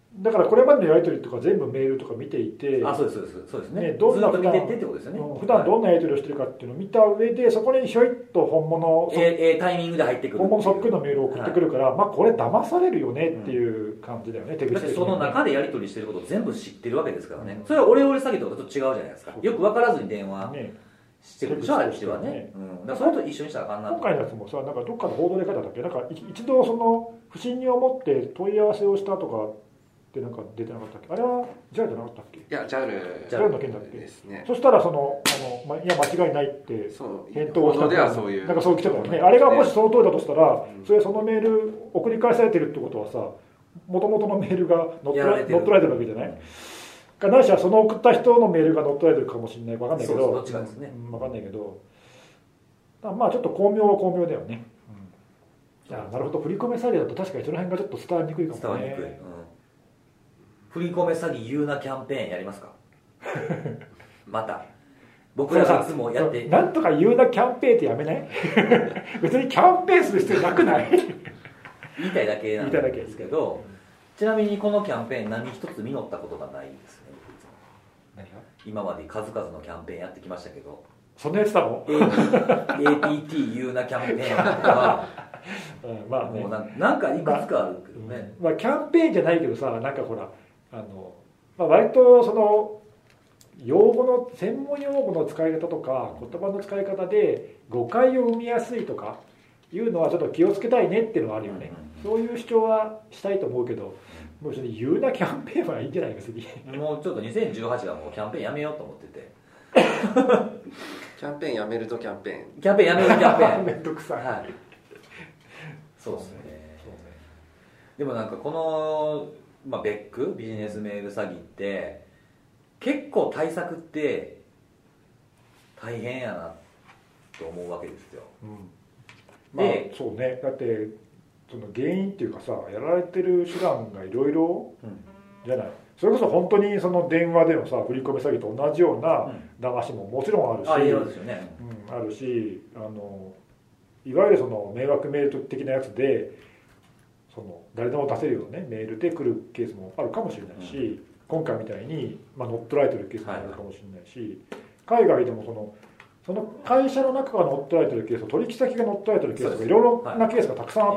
だからこれまでのやり取りとか全部メールとか見ていて、 そうですね。 どんなずっと見てってってことですよね。 普段どんなやり取りをしてるかっていうのを見た上で、そこにひょいっと本物タイミングで入ってくる。 本物そっくりのメールを送ってくるから、まあこれ騙されるよねっていう感じだよね。手口的に。 だってその中でやり取りしてることを全部知ってるわけですからね。それはオレオレ詐欺とかと違うじゃないですか。よく分からずに電話してくるでしょ、あっちはね。だからそれと一緒にしたらあかんなと。 今回のやつもさ、なんかどっかの報道で書いただっけ、なんか一度その不審に思って問い合わせをしたとかってなんか出てなかったっけ。あれは JAL じゃなかったっけ。 いや JAL の件だっけですね。 そしたらいや間違いないって返答をしたではそういうなんかそう来たからね。あれがもしその通りだとしたら、そのメール送り返されてるってことはさ、元々のメールが乗っ取られてるわけじゃない。ないしはその送った人のメールが乗っ取られてるかもしれない。分かんないけど、 どっちかですね。 分かんないけど、まあちょっと巧妙は巧妙だよね。なるほど、振り込め詐欺だと確かにその辺がちょっと伝わりにくいかもね。 伝わりにくい。振り込め詐欺言うなキャンペーンやりますか。また僕らがいつもやってなんとか言うなキャンペーンってやめない別にキャンペーンする必要なくない言いたいだけなんですけど、ちなみにこのキャンペーン何一つ実ったことがないですね。 何が？ 今まで数々のキャンペーンやってきましたけど、 そんなやつだもん。 APT 言うなキャンペーンとかまあね、 もうなんかいくつかあるけどね、 まあキャンペーンじゃないけどさ、なんかほら割とその専門用語の使い方とか言葉の使い方で誤解を生みやすいとかいうのはちょっと気をつけたいねっていうのはあるよね。そういう主張はしたいと思うけど、もう言うなキャンペーンはいいんじゃないか、別に。 もうちょっと2018はもうキャンペーンやめようと思っててキャンペーンやめるとキャンペーンやめるキャンペーンめんどくさい。 はい、そうですね。でもなんかこの、ベックビジネスメール詐欺って結構対策って大変やなと思うわけですよ。 で、そうね。だってその原因っていうかさ、やられてる手段がいろいろじゃない。それこそ本当にその電話でのさ振り込め詐欺と同じような騙しももちろんあるし、あるし、いわゆるその迷惑メール的なやつで誰でも出せるようなねメールで来るケースもあるかもしれないし、今回みたいに乗っ取られてるケースもあるかもしれないし、海外でもその会社の中が乗っ取られてるケースと取引先が乗っ取られてるケースとかいろいろなケースがたくさんあって、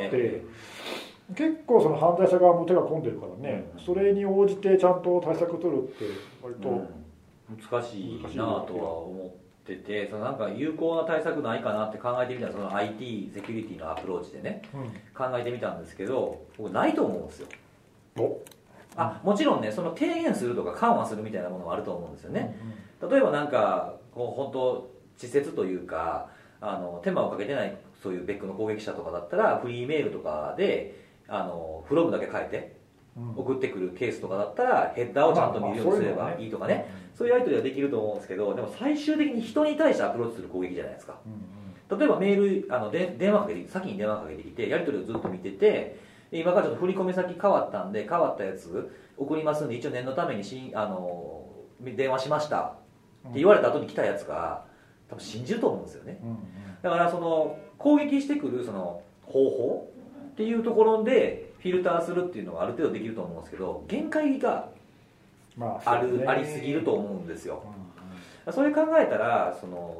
結構その犯罪者側も手が込んでるからね、それに応じてちゃんと対策取るって割と難しいなとは思ってて、なんか有効な対策ないかなって考えてみたら、その IT セキュリティのアプローチでね、考えてみたんですけど、僕ないと思うんですよ。もちろんね、その低減するとか緩和するみたいなものはあると思うんですよね。例えばなんか本当稚拙というか手間をかけてないそういうベックの攻撃者とかだったらフリーメールとかでフロムだけ変えて送ってくるケースとかだったらヘッダーをちゃんと見るようにすればいいとかね、そういうやり取りはできると思うんですけど、でも最終的に人に対してアプローチする攻撃じゃないですか。例えばメール電話かけて先に電話かけてきてやり取りをずっと見てて、今からちょっと振り込み先変わったんで変わったやつ送りますんで一応念のために電話しましたって言われた後に来たやつが多分信じると思うんですよね。だからその攻撃してくるその方法っていうところでフィルターするっていうのがある程度できると思うんですけど、限界がありすぎると思うんですよ。それ考えたら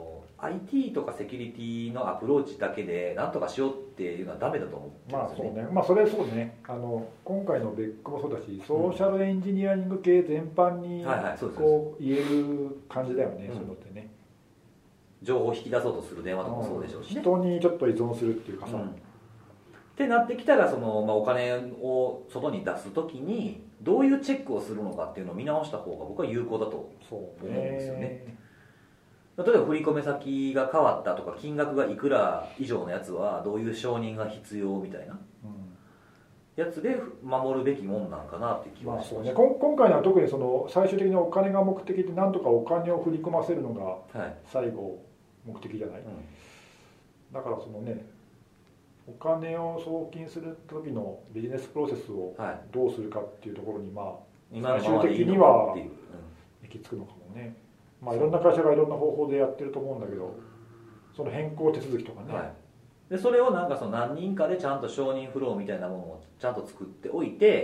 IT とかセキュリティのアプローチだけで何とかしようっていうのはダメだと思うんですよね。 それそうね。今回のベックもそうだし、ソーシャルエンジニアリング系全般にこう言える感じだよね。そういうのってね。 情報を引き出そうとする電話とかもそうでしょうしね。 人にちょっと依存するっていうかさ。 ってなってきたらお金を外に出すときにどういうチェックをするのかっていうのを見直した方が僕は有効だと思うんですよね。例えば振込先が変わったとか金額がいくら以上のやつはどういう承認が必要みたいなやつで守るべきもんなんかなって気はしました。 今回のは特に最終的にお金が目的で何とかお金を振り込ませるのが最後目的じゃない、だからお金を送金する時のビジネスプロセスをどうするかっていうところに最終的には行き着くのかもね。いろんな会社がいろんな方法でやってると思うんだけど、その変更手続きとかね、 でそれを何人かでちゃんと承認フローみたいなものをちゃんと作っておいて、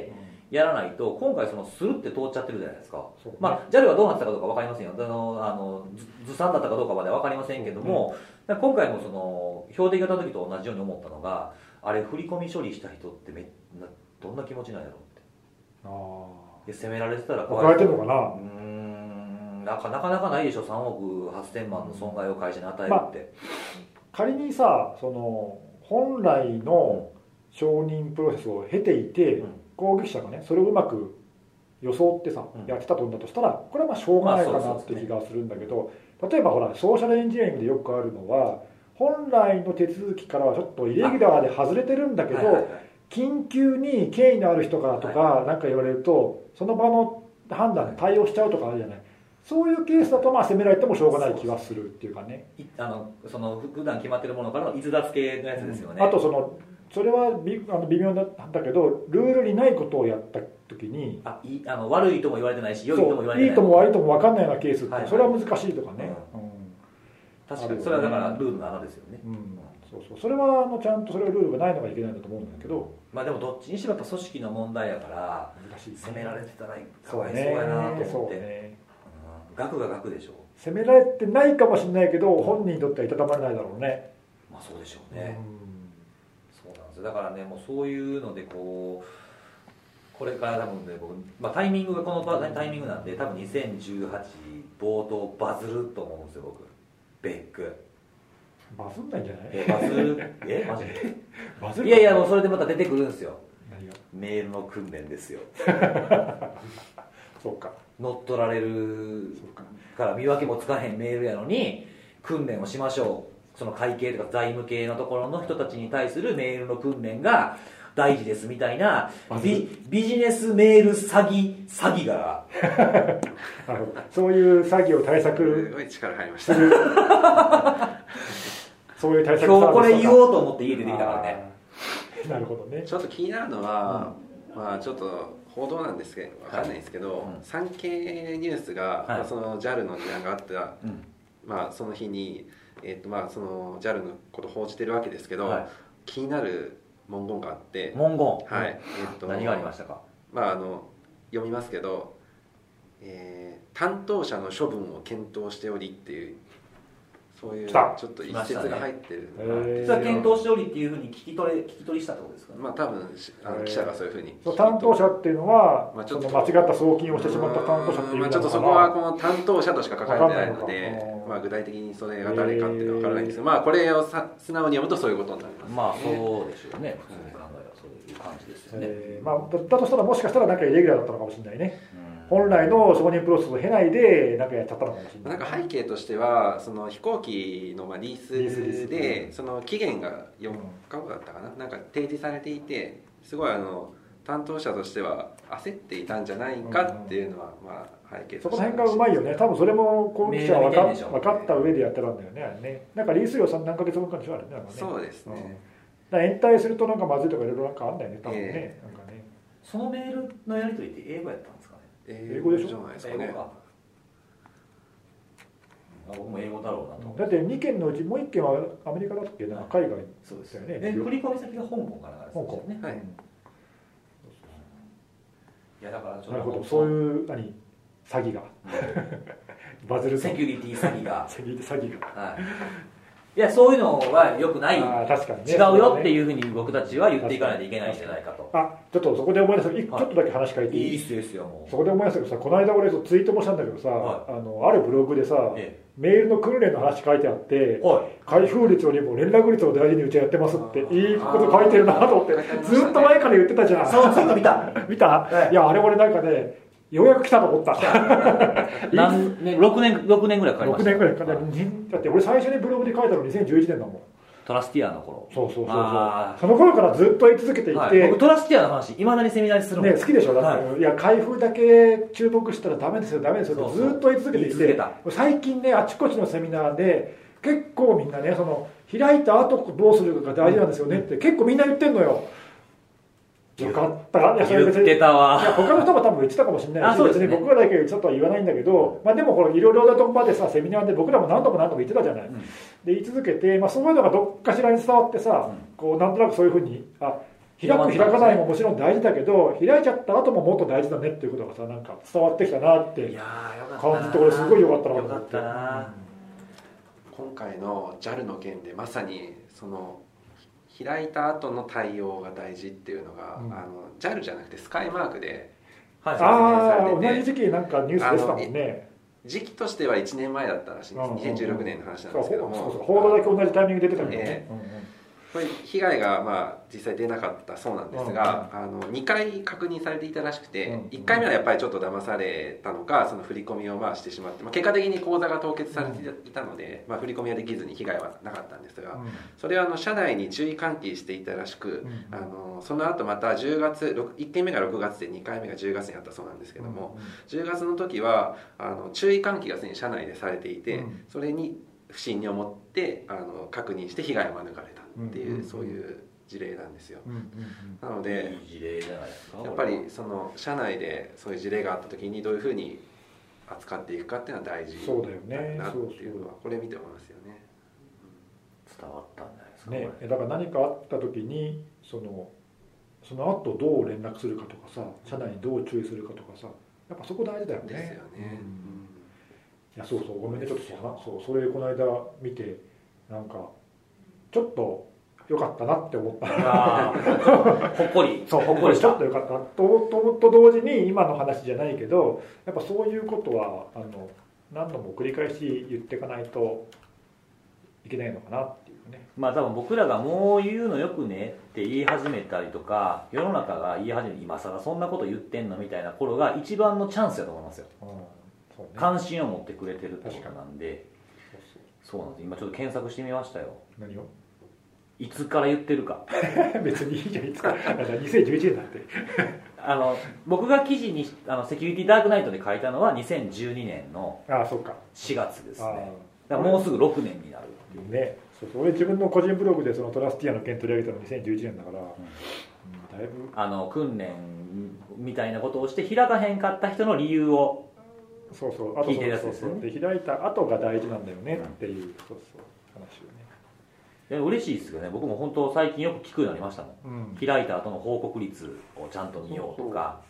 やらないと今回そのスルって通っちゃってるじゃないですか、 ね、 まあ JAL がどうなってたかどうか分かりませんよ、ずさんだったかどうかまでは分かりませんけども、今回もその標的型の時と同じように思ったのが、あれ振り込み処理した人ってどんな気持ちなんやろうって、責められてたら怒られてるのかな。 なかなかないでしょ、3億8000万の損害を会社に与えるって、 仮にさ、その本来の承認プロセスを経ていて、攻撃者がねそれをうまく装ってさ、やってたとんだとしたら、これはまあしょうがないかなって気がするんだけど、例えばほらソーシャルエンジニアリングでよくあるのは、本来の手続きからはちょっとイレギュラーで外れてるんだけど、緊急に権威のある人からとか何か言われると、その場の判断で対応しちゃうとかあるじゃない。そういうケースだとまあ責められてもしょうがない気がするっていうかね。 その普段決まってるものからの逸脱系のやつですよね。 あとそれは微妙だけど、ルールにないことをやった時に悪いとも言われてないし、良いとも言われてない、 いいとも悪いとも分かんないようなケースって、それは難しいとかね、 確かにそれはだからルールの穴ですよね、 それはちゃんとそれはルールがないのがいけないんだと思うんだけど、 まあでもどっちにしろやっぱ組織の問題やから責められてたらかわいそうやなと思って、額が額でしょ、 責められてないかもしれないけど、本人にとってはいたたまれないだろうね。 まあそうでしょうね、そうなんですよ。だからね、もうそういうのでこれから多分ね、タイミングがこのタイミングなんで、多分2018冒頭バズると思うんですよ、僕。ベックバズんないんじゃない？ バズるマジでバズる？ いやいや、もうそれでまた出てくるんですよ。 何が？ メールの訓練ですよ。 そうか、 乗っ取られるから見分けもつかへんメールやのに訓練をしましょう、その会計とか財務系のところの人たちに対するメールの訓練が大事ですみたいなビジネスメール詐欺がそういう詐欺を対策、 すごい力入りましたそういう対策、 今日これ言おうと思って家出てきたからね。 なるほどね。 ちょっと気になるのは、まあちょっと報道なんですけど分かんないですけど、産経ニュースが、その JAL の事案があった、まあその日にその JAL のことを報じてるわけですけど、気になる文言があって、 文言、 はい、 何がありましたか。 まあ読みますけど、担当者の処分を検討しておりっていう、そういうちょっと一節が入ってる。 実は検討しておりっていうふうに聞き取りしたってことですかね。 まあ多分記者がそういうふうに。 担当者っていうのは、その間違った送金をしてしまった担当者っていうのは、 ちょっとそこはこの担当者としか書かれてないので、まあ具体的にそれが誰かっていうのは分からないんですけど、まあこれを素直に読むとそういうことになります。 まあそうでしょうね。普通に考えればそういう感じですよね。 まあだとしたらもしかしたらなんかイレギュラーだったのかもしれないね。本来の承認プロセスを経ないでなんかやっちゃったのかもしれない。 なんか背景としては、その飛行機のリースでその期限が4日後だったかな、なんか提示されていて、すごい担当者としては焦っていたんじゃないかっていうのはまあ背景として、 そこら辺がうまいよね。多分それも攻撃者は分かった上でやってたんだよね、あれね。なんかリース料何ヶ月分かでしょ、あれね。 そうですね。 だから延滞するとなんかまずいとかいろいろなんかあんだよね、多分ね。なんかね。 そのメールのやり取りって英語やったんですかね。 英語でしょ。 じゃないですかね。 英語か。僕も英語だろうなと。 だって2件のうちもう1件はアメリカだっけな、海外そうですよね。 振り込み先が香港からですよね。 はい。 いやだからちょっとなるほど、そういう詐欺がバズるセキュリティ詐欺がいやそういうのは良くない、 確かにね、 違うよっていうふうに僕たちは言っていかないといけないんじゃないかと。 ちょっとそこで思い出した、ちょっとだけ話変えていい？ いいっすよ、いいっすよ。もうそこで思い出したけどさ、この間俺ツイートもしたんだけどさ、あるブログでさ、メールの訓練の話書いてあって、開封率よりも連絡率を大事にうちはやってますっていいこと書いてるなと思って、ずっと前から言ってたじゃん。 そう、ツイート見た見た？いや、あれ俺なんかね、ようやく来たと思った。 6年ぐらいかかりました。 6年ぐらいかかった。だって俺最初にブログで書いたの2011年だもん。 トラスティアの頃。 そう。その頃からずっと言い続けていて、 僕トラスティアの話いまだにセミナーにするもん。好きでしょ。だっていや開封だけ注目したらダメですよってずっと言い続けていて、最近ねあちこちのセミナーで結構みんなね、その開いた後どうするかが大事なんですよねって結構みんな言ってんのよ。よかった。 言ってたわ。 他の人も多分言ってたかもしれないし、別に僕らだけ言ってたとは言わないんだけど、でもこのいろいろなとこまでさ、セミナーで僕らも何度も言ってたじゃない。で言い続けて、そういうのがどっかしらに伝わってさ、こうなんとなくそういうふうに開く開かないももちろん大事だけど、開いちゃった後ももっと大事だねっていうことがさ、なんか伝わってきたなって感じて、俺すごい良かったなと思って。 今回の JAL の件でまさにその開いた後の対応が大事っていうのが、JAL じゃなくてスカイマークで説明されてて、同じ時期なんかニュースでしたもんね。 時期としては1年前だったらしいんです、2016年の話なんですけども、 報道だけ同じタイミングで出てたんですね。 これ被害が実際出なかったそうなんですが、2回確認されていたらしくて、1回目はやっぱりちょっと騙されたのか、その振り込みをしてしまって、結果的に口座が凍結されていたので、振り込みはできずに被害はなかったんですが、それは社内に注意喚起していたらしく、その後また10月1件目が6月で2回目が10月にあったそうなんですけども、10月の時は注意喚起がすでに社内でされていて、それに不審に思って確認して被害を免れたっていう、そういう事例なんですよ。なのでいい事例じゃないですか。 やっぱりその社内でそういう事例があった時にどういうふうに扱っていくかっていうのは大事だなっていうのはこれ見て思いますよね。 伝わったんじゃないですかね。だから何かあった時にその後どう連絡するかとかさ、社内にどう注意するかとかさ、やっぱそこ大事だよね。 ですよね。 いやそうごめんね、ちょっとそれこの間見てなんかちょっと良かったなって思った。 ほっこりちょっと良かったなと同時に、今の話じゃないけど、やっぱそういうことは何度も繰り返し言っていかないといけないのかなっていうね。 多分僕らがもう言うのよくねって言い始めたりとか、世の中が言い始めて今更そんなこと言ってんのみたいな頃が一番のチャンスだと思いますよ。そうね、関心を持ってくれてるってことなんで。そうなんです。今ちょっと検索してみましたよ。 何を？ いつから言ってるか。 別にいいじゃん、いつか。2011年だって。 僕が記事にセキュリティダークナイトで書いたのは2012年の4月ですね。だからもうすぐ6年になるっていうね。俺自分の個人ブログでそのトラスティアの件取り上げたの2011年だから、だいぶ訓練みたいなことをして開かへんかった人の理由を聞いてるやつですよね。 で開いた後が大事なんだよねっていう、話をね。 嬉しいですよね。僕も本当最近よく聞くようになりましたもん。開いた後の報告率をちゃんと見ようとか。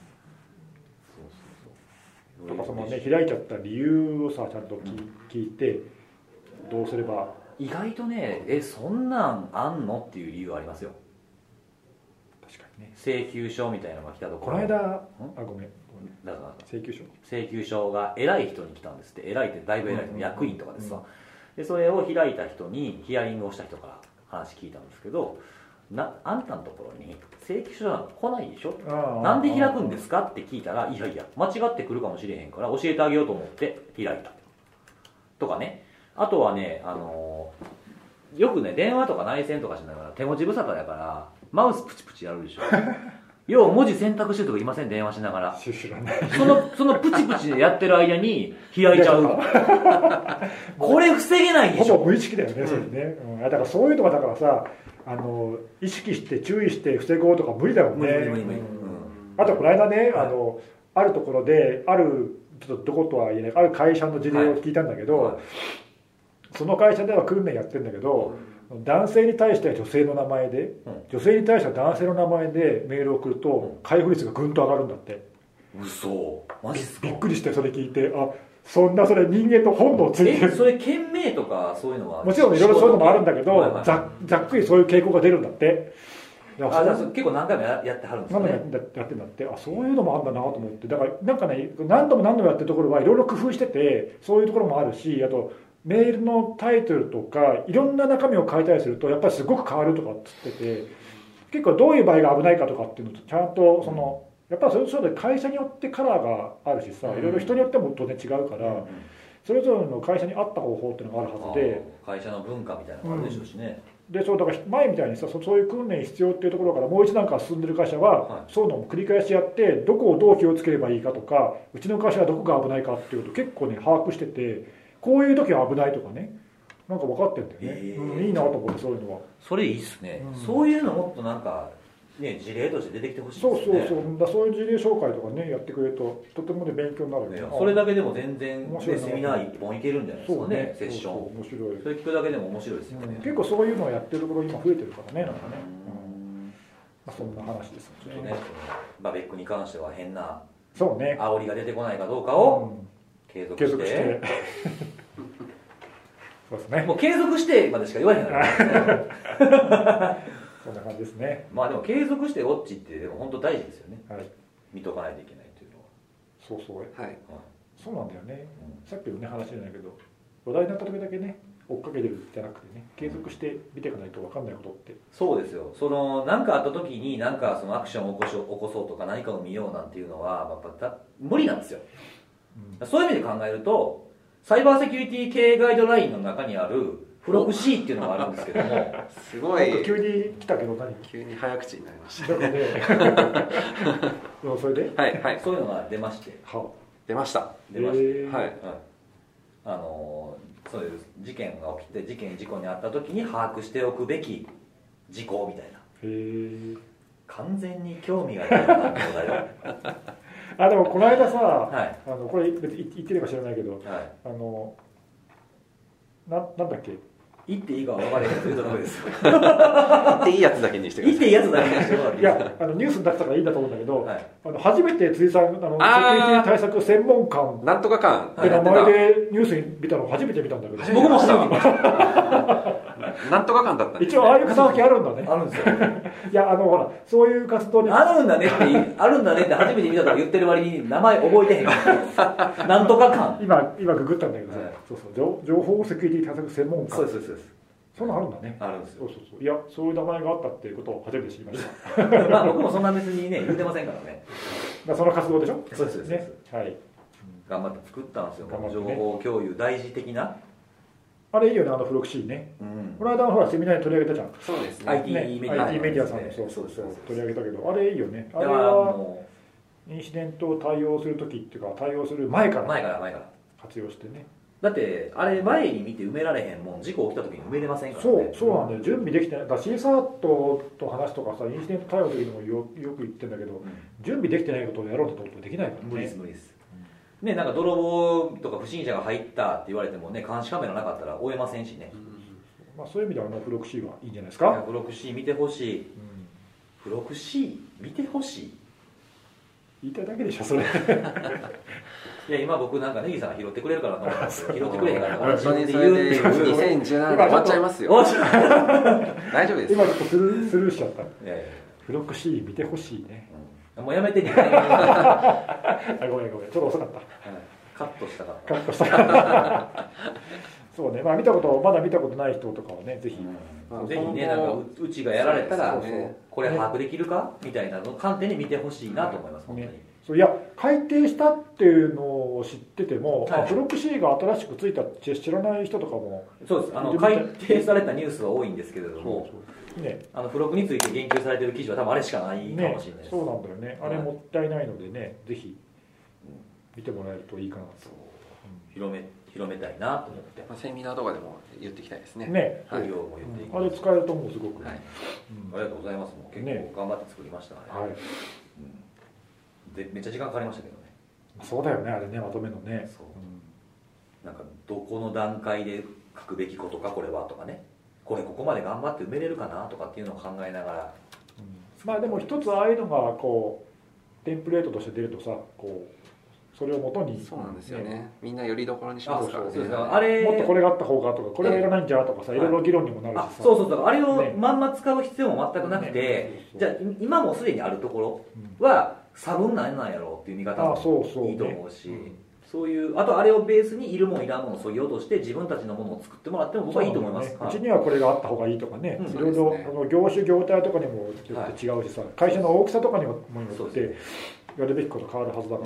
とかそのね、開いちゃった理由をさちゃんと聞いてどうすれば。 意外とね、そんなんあんのっていう理由はありますよ。 確かにね。 請求書みたいなのが来たところ。 この間ごめん。 だから請求書が偉い人に来たんですって。偉いってだいぶ偉い人の役員とかですわ。でそれを開いた人にヒアリングをした人から話聞いたんですけど、あんたのところに請求書なんか来ないでしょ、なんで開くんですかって聞いたら、いやいや間違ってくるかもしれへんから教えてあげようと思って開いたとかね。あとはね、よくね電話とか内線とかしながら手持ち無沙汰やからマウスプチプチやるでしょ要は文字選択してるとかいません、電話しながら。そのプチプチでやってる間に開いちゃうこれ防げないでしょ。 ほぼ無意識だよね、それね。だからそういうのがだからさ、意識して注意して防ごうとか無理だよね。 無理。 あとこの間ね、あるところでちょっとどことは言えないある会社の事例を聞いたんだけど、その会社では訓練やってるんだけど、男性に対しては女性の名前で、女性に対しては男性の名前でメールを送ると開封率がぐんと上がるんだって。 嘘、マジっすか？ びっくりしてそれ聞いて、そんなそれ人間の本能ついてる。 それ件名とかそういうのはもちろんいろいろそういうのもあるんだけど、ざっくりそういう傾向が出るんだって。 結構何回もやってはるんですよね。 やってんだって。そういうのもあるんだなと思って。だからなんかね、何度もやってるところはいろいろ工夫してて、そういうところもあるし、あとメールのタイトルとかいろんな中身を変えたりするとやっぱりすごく変わるとかっつってて、結構どういう場合が危ないかとかっていうのとちゃんとやっぱりそれぞれ会社によってカラーがあるしさ、いろいろ人によっても当然違うから、それぞれの会社に合った方法っていうのがあるはずで、 会社の文化みたいなのがあるでしょうしね。 でだから前みたいにさ、そういう訓練必要っていうところからもう一段階進んでる会社は、そういうのを繰り返しやって、どこをどう気をつければいいかとか、うちの会社はどこが危ないかっていうことを結構ね把握してて、こういう時は危ないとかね、なんか分かってるんだよね。いいなと思って、そういうのは。 それいいっすね。そういうのもっとなんかね、事例として出てきてほしいですね。 そういう事例紹介とかねやってくれるととてもね勉強になるね。 それだけでも全然セミナー一本いけるんじゃないですかね。セッション面白い。 それ聞くだけでも面白いですよね。 結構そういうのをやってるところ今増えてるからね、なんかね。 そんな話ですよね。 バベックに関しては変なそうね煽りが出てこないかどうかを継続して、 そうですね、 もう継続してまでしか言わへんからそんな感じですね。 まあでも継続してウォッチってでも本当大事ですよね、 はい、 見とかないといけないというのは。 そうそう、 はい、 そうなんだよね、さっきのね話じゃないけど話題になった時だけね追っかけてるじゃなくてね、継続して見ていかないと分かんないことって。 そうですよ。何かあった時に何かそのアクションを起こそうとか何かを見ようなんていうのはやっぱ無理なんですよ、そういう意味で考えるとサイバーセキュリティ系ガイドラインの中にある付録 C っていうのがあるんですけどもすごい急に来たけど急に早口になりましたねそれで、 はいはい、 そういうのが出まして、 出ました、 はい、そういう事件が起きて事故に遭った時に把握しておくべき事項みたいな。完全に興味がないなってことだよでもこの間さ、 はい、 これ別に言ってるか知らないけど、 はい、 なんだっけ、 言っていいか分からへんというとダメですよ言っていいやつだけにしてください。 言っていいやつだけにしてもらっていいですか。 いやニュースになってたからいいんだと思うんだけど、 はい、 初めて辻さんセキュリティ対策専門官なんとか官って名前でニュースに見たの初めて見たんだけど、 僕も初めて見ましたなんとか官だったんです、ね、 一応ああいう肩書きあるんだね。 あるんですよいやほらそういう活動にあるんだねって初めて見たとか言ってる割に名前覚えてへんなんとか官今ググったんだけどさ、そう情報セキュリティ対策専門官、 そうですそんなのあるんだね。 あるんですよ。 そういやそういう名前があったっていうことを初めて知りましたまあ僕もそんな別にね言ってませんからねその活動でしょ。 そうですね、はい、 頑張って作ったんですよ、 ね、 情報共有大事的なあれいいよね、付録 C ね、この間ほらセミナーに取り上げたじゃん。 そうですね、 IT メディアさんでそう取り上げたけど、あれいいよね。あれはインシデントを対応するときっていうか対応する前から活用してね。 だってあれ前に見て埋められへんもん事故起きた時に埋めれませんからね。そうなんだよ、準備できてない。だから C サートと話とかさ、インシデント対応の時にもよく言ってんだけど、準備できてないことをやろうとできないからね。 無理ですね。なんか泥棒とか不審者が入ったって言われてもね、監視カメラなかったら追えませんしね、 そういう意味では付録 C はいいんじゃないですか。 付録 C 見てほしい、付録 C 見てほしい言いたいだけでしょそれいや今僕なんかネギさんが拾ってくれるからと思ったんですけど、拾ってくれへんから本当にそれで2017年終わっちゃいますよ大丈夫です今ちょっとスルーしちゃった。付録 C 見てほしいね、 もうやめてねごめんちょっと遅かった、 カットしたからそうね、まだ見たことない人とかはねぜひ、 ぜひね、なんかうちがやられたらこれ把握できるかみたいなの観点で見てほしいなと思います、本当に。 いや改定したっていうのを知ってても、付録 C が新しくついたって知らない人とかも。 そうです、改定されたニュースは多いんですけれども、付録について言及されてる記事は多分あれしかないかもしれないです。 そうなんだよね、あれもったいないのでね、ぜひ見てもらえるといいかなと、 広めたいなと思って、 セミナーとかでも言っていきたいですね。 あれ使えると思う、すごく。ありがとうございます。結構頑張って作りましたね。でめっちゃ時間かかりましたけどね。 そうだよね、あれね、まとめのね。 なんかどこの段階で書くべきことかこれはとかね、ここまで頑張って埋めれるかなとかっていうのを考えながら、 まあでも一つああいうのがこうテンプレートとして出るとさ、こうそれを元に、 そうなんですよね、みんなよりどころにしますからね。 あれもっとこれがあった方がとか、これはいらないんじゃとかさ、いろいろ議論にもなるしさ。 そうあれをまんま使う必要も全くなくて、じゃあ今もすでにあるところは差分なんやろうっていう見方もいいと思うし、そういうあとあれをベースにいるもんいらんものをそぎ落として自分たちのものを作ってもらっても僕はいいと思います。 うちにはこれがあった方がいいとかね、いろいろ業種業態とかにもよって違うしさ、会社の大きさとかにもよってやるべきこと変わるはずだから、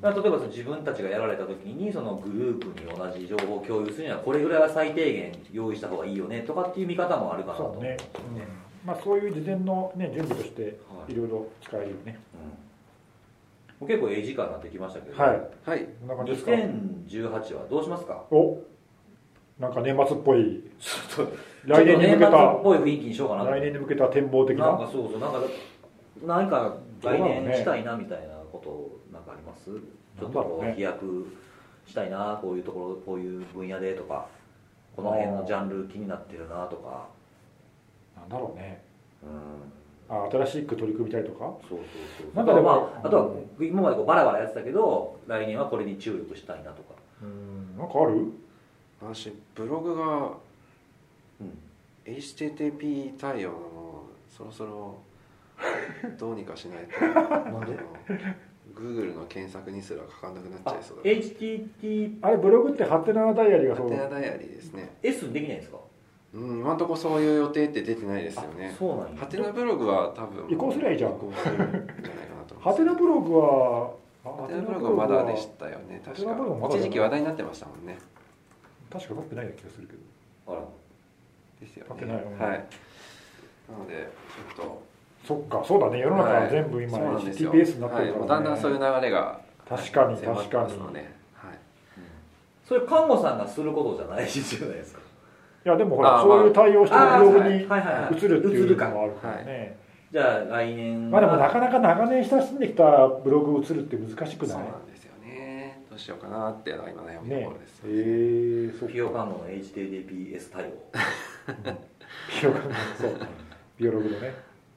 例えば自分たちがやられた時にそのグループに同じ情報を共有するにはこれぐらいは最低限用意した方がいいよねとかっていう見方もあるかなと思う。 そういう事前の準備としていろいろ使えるよね。 結構いい時間になってきましたけど、2018はどうしますか。 なんか年末っぽい、 来年に向けた年末っぽい雰囲気にしようかな。 来年に向けた展望的な、 なんか何か来年したいなみたいなことなんかあります？ちょっと飛躍したいな、こういうところこういう分野でとか、この辺のジャンル気になってるなとか。 なんだろうね。 新しく取り組みたいとか。 そうなんかでも、 まあ、あとは今までこうバラバラやってたけど来年はこれに注力したいなとか。 なんかある？ 私ブログが、HTTP 対応のそろそろどうにかしないとなんでGoogle の検索にすらかかんなくなっちゃいそうだ。 HTTP あれブログってハテナダイアリーがそう。 ハテナダイアリーですね。 S にできないんですか？ 今のところそういう予定って出てないですよね。 そうなんや。 ハテナブログは多分移行すりゃいいじゃん。 移行するんじゃないかなと思います。 ハテナブログはハテナブログはまだでしたよね。確か一時期話題になってましたもんね。 確かなってないような気がするけど。 あらですよね。 なってないよね。 はい。なのでちょっとそっか、そうだね。世の中は全部今 HTTPS になってるからね。 だんだんそういう流れが確かに迫ってますので、 それ看護さんがすることじゃないじゃないですか。 いやでもほらそういう対応してブログに移るっていうのもあるからね。 じゃあ来年まあでもなかなか長年親しんできたブログ移るって難しくない？ そうなんですよね。どうしようかなっていうのは今悩むところです。 そう。ピオ看護の HTTPS 対応。 ピオ看護そうビオログのね。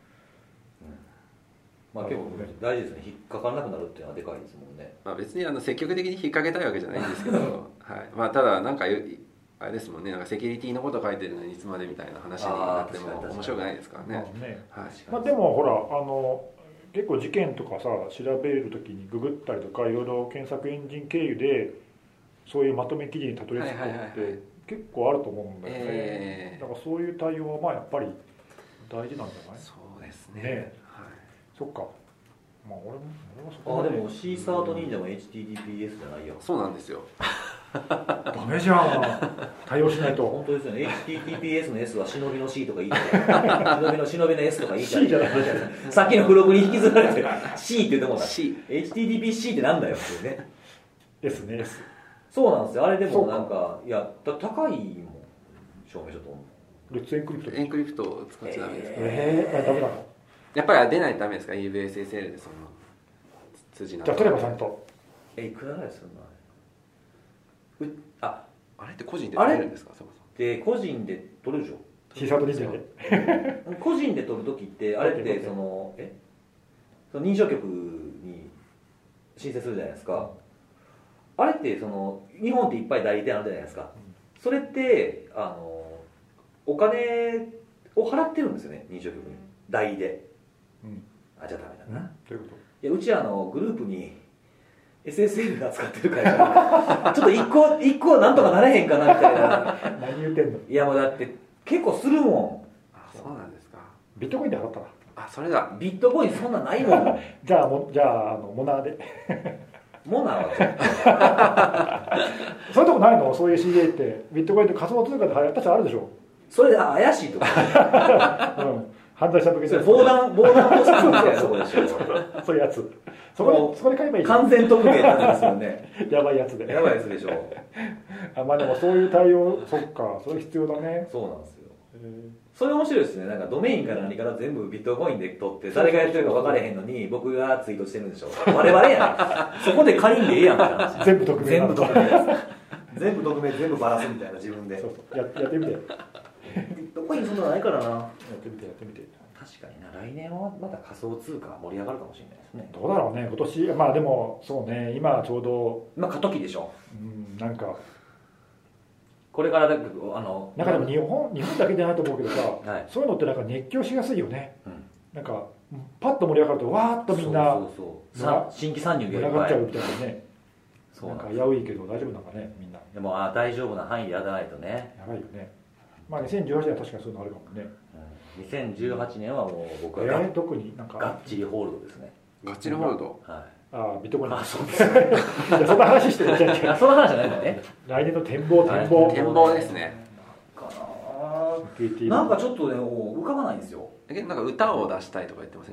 まあ結構大事ですね。引っかからなくなるっていうのはでかいですもんね。 まあ別に積極的に引っ掛けたいわけじゃないんですけど、はい。まあただなんかあれですもんね。なんかセキュリティのこと書いてるのにいつまでみたいな話になっても面白くないですからね。 まあでもほら結構事件とかさ調べるときにググったりとかいろいろ検索エンジン経由でそういうまとめ記事にたどり着くことって結構あると思うんだよね。だからそういう対応はまあやっぱり大事なんじゃない？ そうですね。 そっか。まあ俺もそこでもシーサーと忍者も HTTPS じゃないよ。 そうなんですよ。 ダメじゃん。対応しないと。 本当ですよね。HTTPS の S は忍びの C とかいいじゃない。忍びの S とかいいじゃない。さっきの付録に引きずられて C って言ってもらった。HTTPC ってなんだよっていうね。 S ね S。 そうなんですよ。あれでもなんかいや高いもん証明書と思う。 レッツエンクリプト。 エンクリプトを使っちゃダメですか？ ダメなの？ やっぱり出ないとダメですか？ EVSSL でその通じな。 じゃあ取ればちゃんと。 いくらぐらいするの？ あれって個人で取れるんですか？ で個人で取れるでしょ。 シーサーと忍者で。 個人で取るときってあれってその認証局に申請するじゃないですか。あれってその日本っていっぱい代理店あるじゃないですか。それってお金を払ってるんですよね、認証局に代理で。じゃあダメだな。 どういうこと？ いやうちグループに SSL が使ってるからちょっと一個なんとかなれへんかなみたいな。 何言ってんの？ いやもうだって結構するもん。そうなんですか。 ビットコインで払ったら。 それだ。 ビットコインそんなないもん。 じゃあモナーで。 モナーはそういうとこないの？そういう CA ってビットコインって仮想通貨でやった人あるでしょ。 それで怪しいとか。 犯罪者向けで防弾ポストみたいなとこでしょ。 そういうやつ。そこで買えばいい。 完全特命なんですよね。 やばいやつで。 やばいやつでしょ。 まあでもそういう対応、そっか、それ必要だね。 そうなんですよ。それ面白いですね。なんかドメインから何から全部ビットコインで取って誰がやってるか分からへんのに僕がツイートしてるんでしょ。我々やん。そこで借りんでええやんって話。 全部匿名。 全部匿名。全部匿名全部バラすみたいな自分で。 そうそう。やってみて。 ビットコインそんなのないからな。 やってみて。 確かにな。来年はまた仮想通貨盛り上がるかもしれないですね。 どうだろうね。今年まあでもそうね。今ちょうど過渡期でしょ。 なんか。 これからだけどなんかでも日本だけじゃないと思うけどさ、そういうのってなんか熱狂しやすいよね。なんかパッと盛り上がるとわーっとみんな新規参入が盛り上がっちゃうみたいなね。なんか危ういけど大丈夫なんかねみんな。 でも大丈夫な範囲でやらないとね。 やばいよね。まあ2018年は確かにそういうのあるかもね。 2018年はもう僕は特になんかガッチリホールドですね。 ガッチリホールド。 はい。 ビットコイン。 そうです。 そんな話してるじゃん。 そんな話じゃないんだね。 来年の展望ですね。 なんかちょっとね浮かばないんですよ。 なんか歌を出したいとか言ってません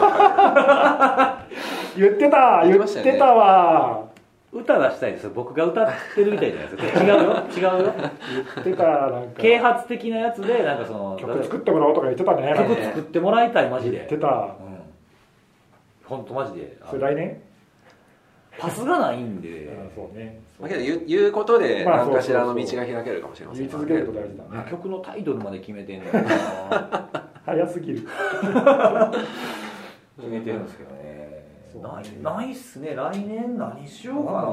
言ってたわ。 歌出したいですよ。僕が歌ってるみたいじゃないですか。違うよ。 言ってたなんか。 啓発的なやつでなんかその曲作ってもらおうとか言ってたね。 曲作ってもらいたいマジで。 言ってた。 本当マジで。 それ来年？ パスがないんで。 そうね。 だけど言うことで何かしらの道が開けるかもしれません。 言い続けると大事だね。 曲のタイトルまで決めてんのよな。 早すぎる決めてるんですけどね。ないっすね。来年何しようかな。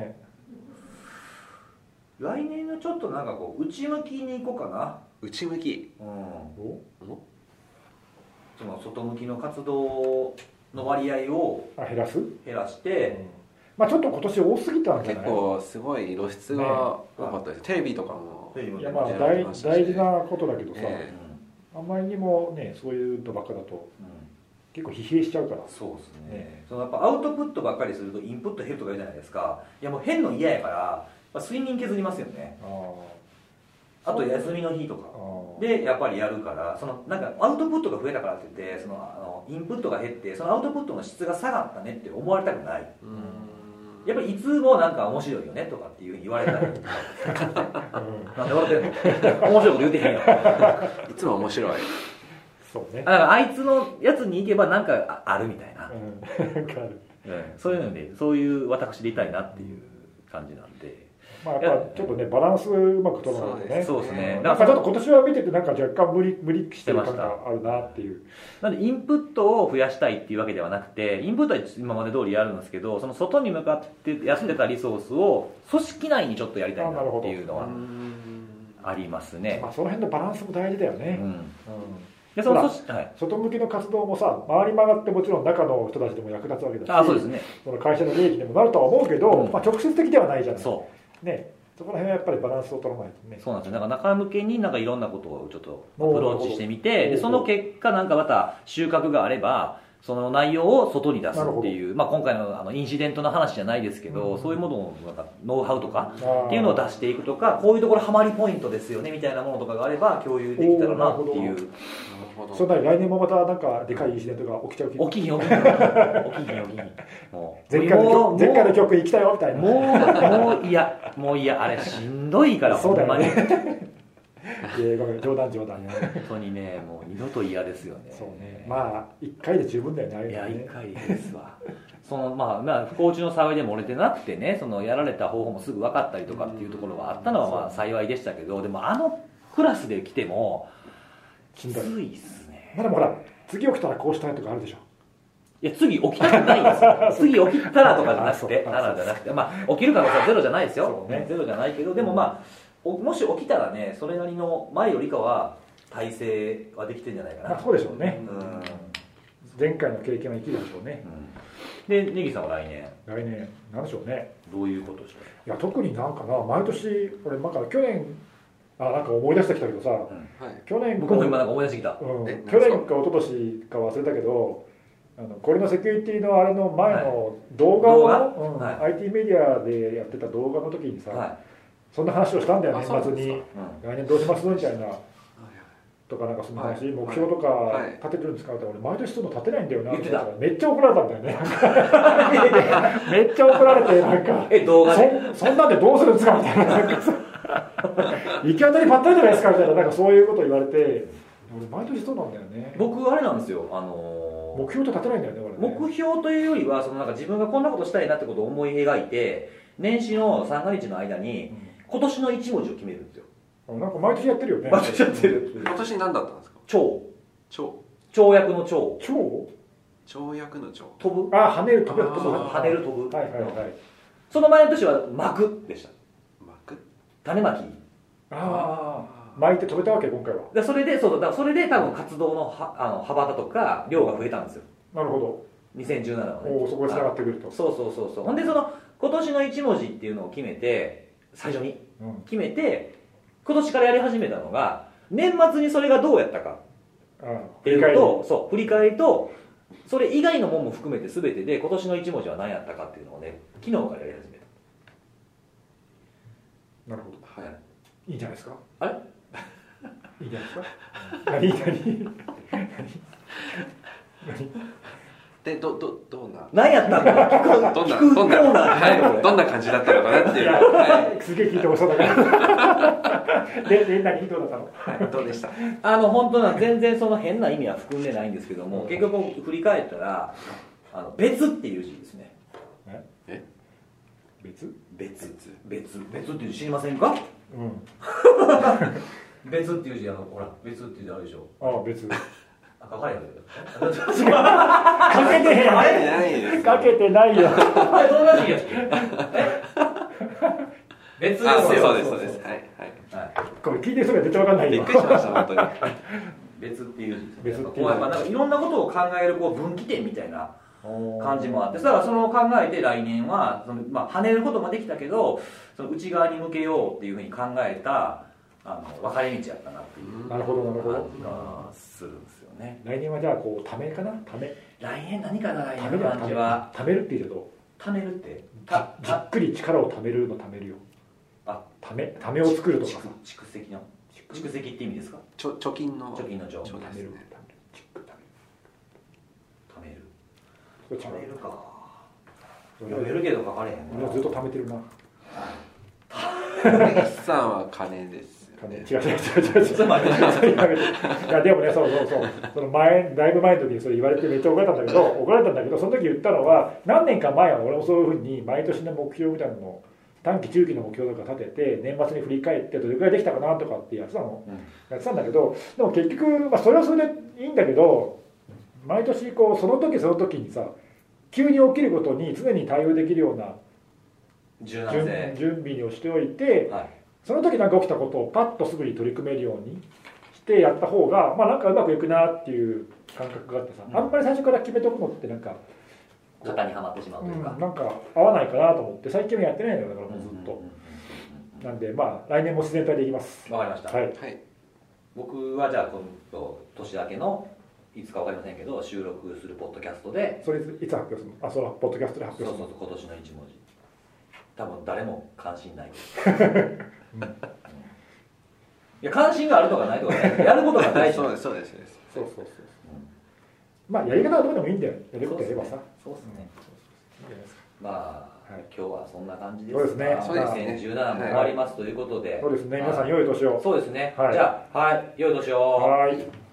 来年のちょっとなんかこう内向きに行こうかな。 内向き。 その外向きの活動の割合を減らして、 まあちょっと今年多すぎたんじゃない？ 結構すごい露出が多かったです。テレビとかも。 いやまあ大事なことだけどさ、あんまりにもねそういうのばっかだと結構疲弊しちゃうから。 そうですね。そのやっぱアウトプットばっかりするとインプット減るとか言うじゃないですか。いやもう変の嫌やから睡眠削りますよね。あと休みの日とかでやっぱりやるから、そのなんかアウトプットが増えたからって言ってそのインプットが減ってそのアウトプットの質が下がったねって思われたくない。やっぱりいつもなんか面白いよねとかっていうふうに言われたりなんで笑ってんの面白いこと言うてへんやんいつも面白い。 そうね。 だからあいつのやつに行けばなんかあるみたいな、そういうのでそういう私でいたいなっていう感じなんで。 まあやっぱちょっとねバランスうまく取らないとね。 そうですね。 なんかちょっと今年は見ててなんか若干無理してる感があるなっていう。 なんでインプットを増やしたいっていうわけではなくて、インプットは今まで通りやるんですけど、その外に向かってやってたリソースを組織内にちょっとやりたいなっていうのはありますね。 まあその辺のバランスも大事だよね。 でその外向きの活動もさ、回り曲がってもちろん中の人たちでも役立つわけだし、 そうですね。 その会社の利益にもなるとは思うけど、まあ直接的ではないじゃない。 そうね。そこら辺はやっぱりバランスを取らないとね。 そうなんですよ。だから中向けになんかいろんなことをちょっとアプローチしてみて、でその結果なんかまた収穫があればその内容を外に出すっていう、まあ今回のインシデントの話じゃないですけど、そういうものをなんかノウハウとかっていうのを出していくとか、こういうところハマりポイントですよねみたいなものとかがあれば共有できたらなっていう。 そんなに来年もまたなんかでかいインシデントが起きちゃう起きひんもう前回の曲行きたよみたいな。 もういやあれしんどいからそうだよね。ごめん冗談本当にねもう二度と嫌ですよね。 そうね。まあ1回で十分だよね。 いや1回ですわ。そのまあ不幸中の幸いでも漏れてなくてね、そのやられた方法もすぐ分かったりとかっていうところがあったのはまあ幸いでしたけど、でもあのクラスで来てもきついっすね。 まあでもほら次起きたらこうしたいとかあるでしょ。 いや次起きたくないですよ。次起きたらとかじゃなくて、まあ起きる可能性はゼロじゃないですよ。ゼロじゃないけど、でもまあもし起きたらね、それなりの前よりかは体制はできてるんじゃないかな。 まあそうでしょうね。前回の経験は生きるでしょうね。 でネギさんは来年なんでしょうね。 どういうことでしょう。 いや特になんかな、毎年俺なんか去年なんか思い出してきたけどさ、去年僕も今なんか思い出してきた。 去年か一昨年か忘れたけど、これのセキュリティのあれの前の動画を IT メディアでやってた動画の時にさ、そんな話をしたんだよ、年末に来年どうしますみたいなとか、なんかその話、目標とか立ててるんですかって、俺毎年その立てないんだよなってめっちゃ怒られたんだよね。めっちゃ怒られて、なんか動画でそんなんでどうするんですかみたいな、行き当たりばったりじゃないですかみたいな、なんかそういうこと言われて、俺毎年そうなんだよね。 僕あれなんですよ、 目標と立てないんだよね、俺ね。 目標というよりはそのなんか自分がこんなことしたいなってことを思い描いて、年始の三が日の間に今年の一文字を決めるんですよ。 なんか毎年やってるよね。 毎年やってる。 今年何だったんですか。 跳躍の跳。 跳躍の跳。 飛ぶ。 跳ねる飛ぶ。 跳ねる飛ぶ。 はい。 その前の年は巻くでした。種まき。 巻いて飛べたわけ今回は。 それで多分活動の幅だとか量が増えたんですよ。 なるほど。 2017はね。 そこに繋がってくると。 そう。ほんでその今年の一文字っていうのを決めて、最初に決めて、今年からやり始めたのが年末にそれがどうやったかっていうと、振り返りとそれ以外のものも含めて全てで今年の一文字は何やったかっていうのをね、昨日からやり始めた。 なるほど。いいんじゃないですか。 あれいいんじゃないですか。何でどんな何やったんだ。 どんな感じだったのかなっていう。 すげえ聞いてほしそうだから。で何どうだったの。 どうでした。 本当は全然その変な意味は含んでないんですけども、結局振り返ったら別っていう字ですね。別っていう字知りませんか。 別っていう字ほら別っていう字あるでしょ。 ああ別あ書かれへんかけてへんあれないですかけてないよあれどんな字やっけ別ですよ。 そうですそうです。はいはい。 これ聞いてる人が絶対わかんないよ。 びっくりしました本当に。 別っていう字別っていうこうやっぱなんかいろんなことを考えるこう分岐点みたいな感じもあって、だからその考えて来年はその、跳ねることもできたけどその内側に向けようっていうふうに考えた分かれ道やったなっていうなるほどなるほど感じがするんですよね。 来年はじゃあこうためかなため来年何かな来年ための感じはためるっていうとためるってじっくり力をためるのためるよ。 あためを作るとかさ蓄積の蓄積って意味ですか。 貯金の貯金の貯そうですね。 ためるこれ違うためるか読めるけど書かれへん俺はずっとためてるな。 根岸さんは金ですよね。 違ういやでもねそうそのだいぶ前の時にそれ言われてめっちゃ怒られたんだけどその時言ったのは何年か前は俺もそういうふうに毎年の目標みたいなのを短期中期の目標とか立てて年末に振り返ってどれくらいできたかなとかってやってたんだけどでも結局、それはそれでいいんだけど毎年こうその時その時にさ急に起きることに常に対応できるような準備をしておいて、はい、その時なんか起きたことをパッとすぐに取り組めるようにしてやった方がなんかうまくいくなっていう感覚があってさ、あんまり最初から決めておくのってなんか型にはまってしまうというか、 なんか合わないかなと思って最近はやってないのよだからもうずっと、なんで来年も自然体でいきます。 わかりました、 はい、 僕はじゃあ今度年明けのいつかわかりませんけど収録するポッドキャストでそれいつ発表するの？そのポッドキャストで発表するの？ そう今年の一文字多分誰も関心ないいや関心があるとかないとかねやることが大事そうですやり方はどうでもいいんだよ。やることやればさそうですね。今日はそんな感じです。 そうですね。 2017も終わりますということで、 そうですね。皆さん良い年を。 そうですね。 じゃあ良い年を。 はい。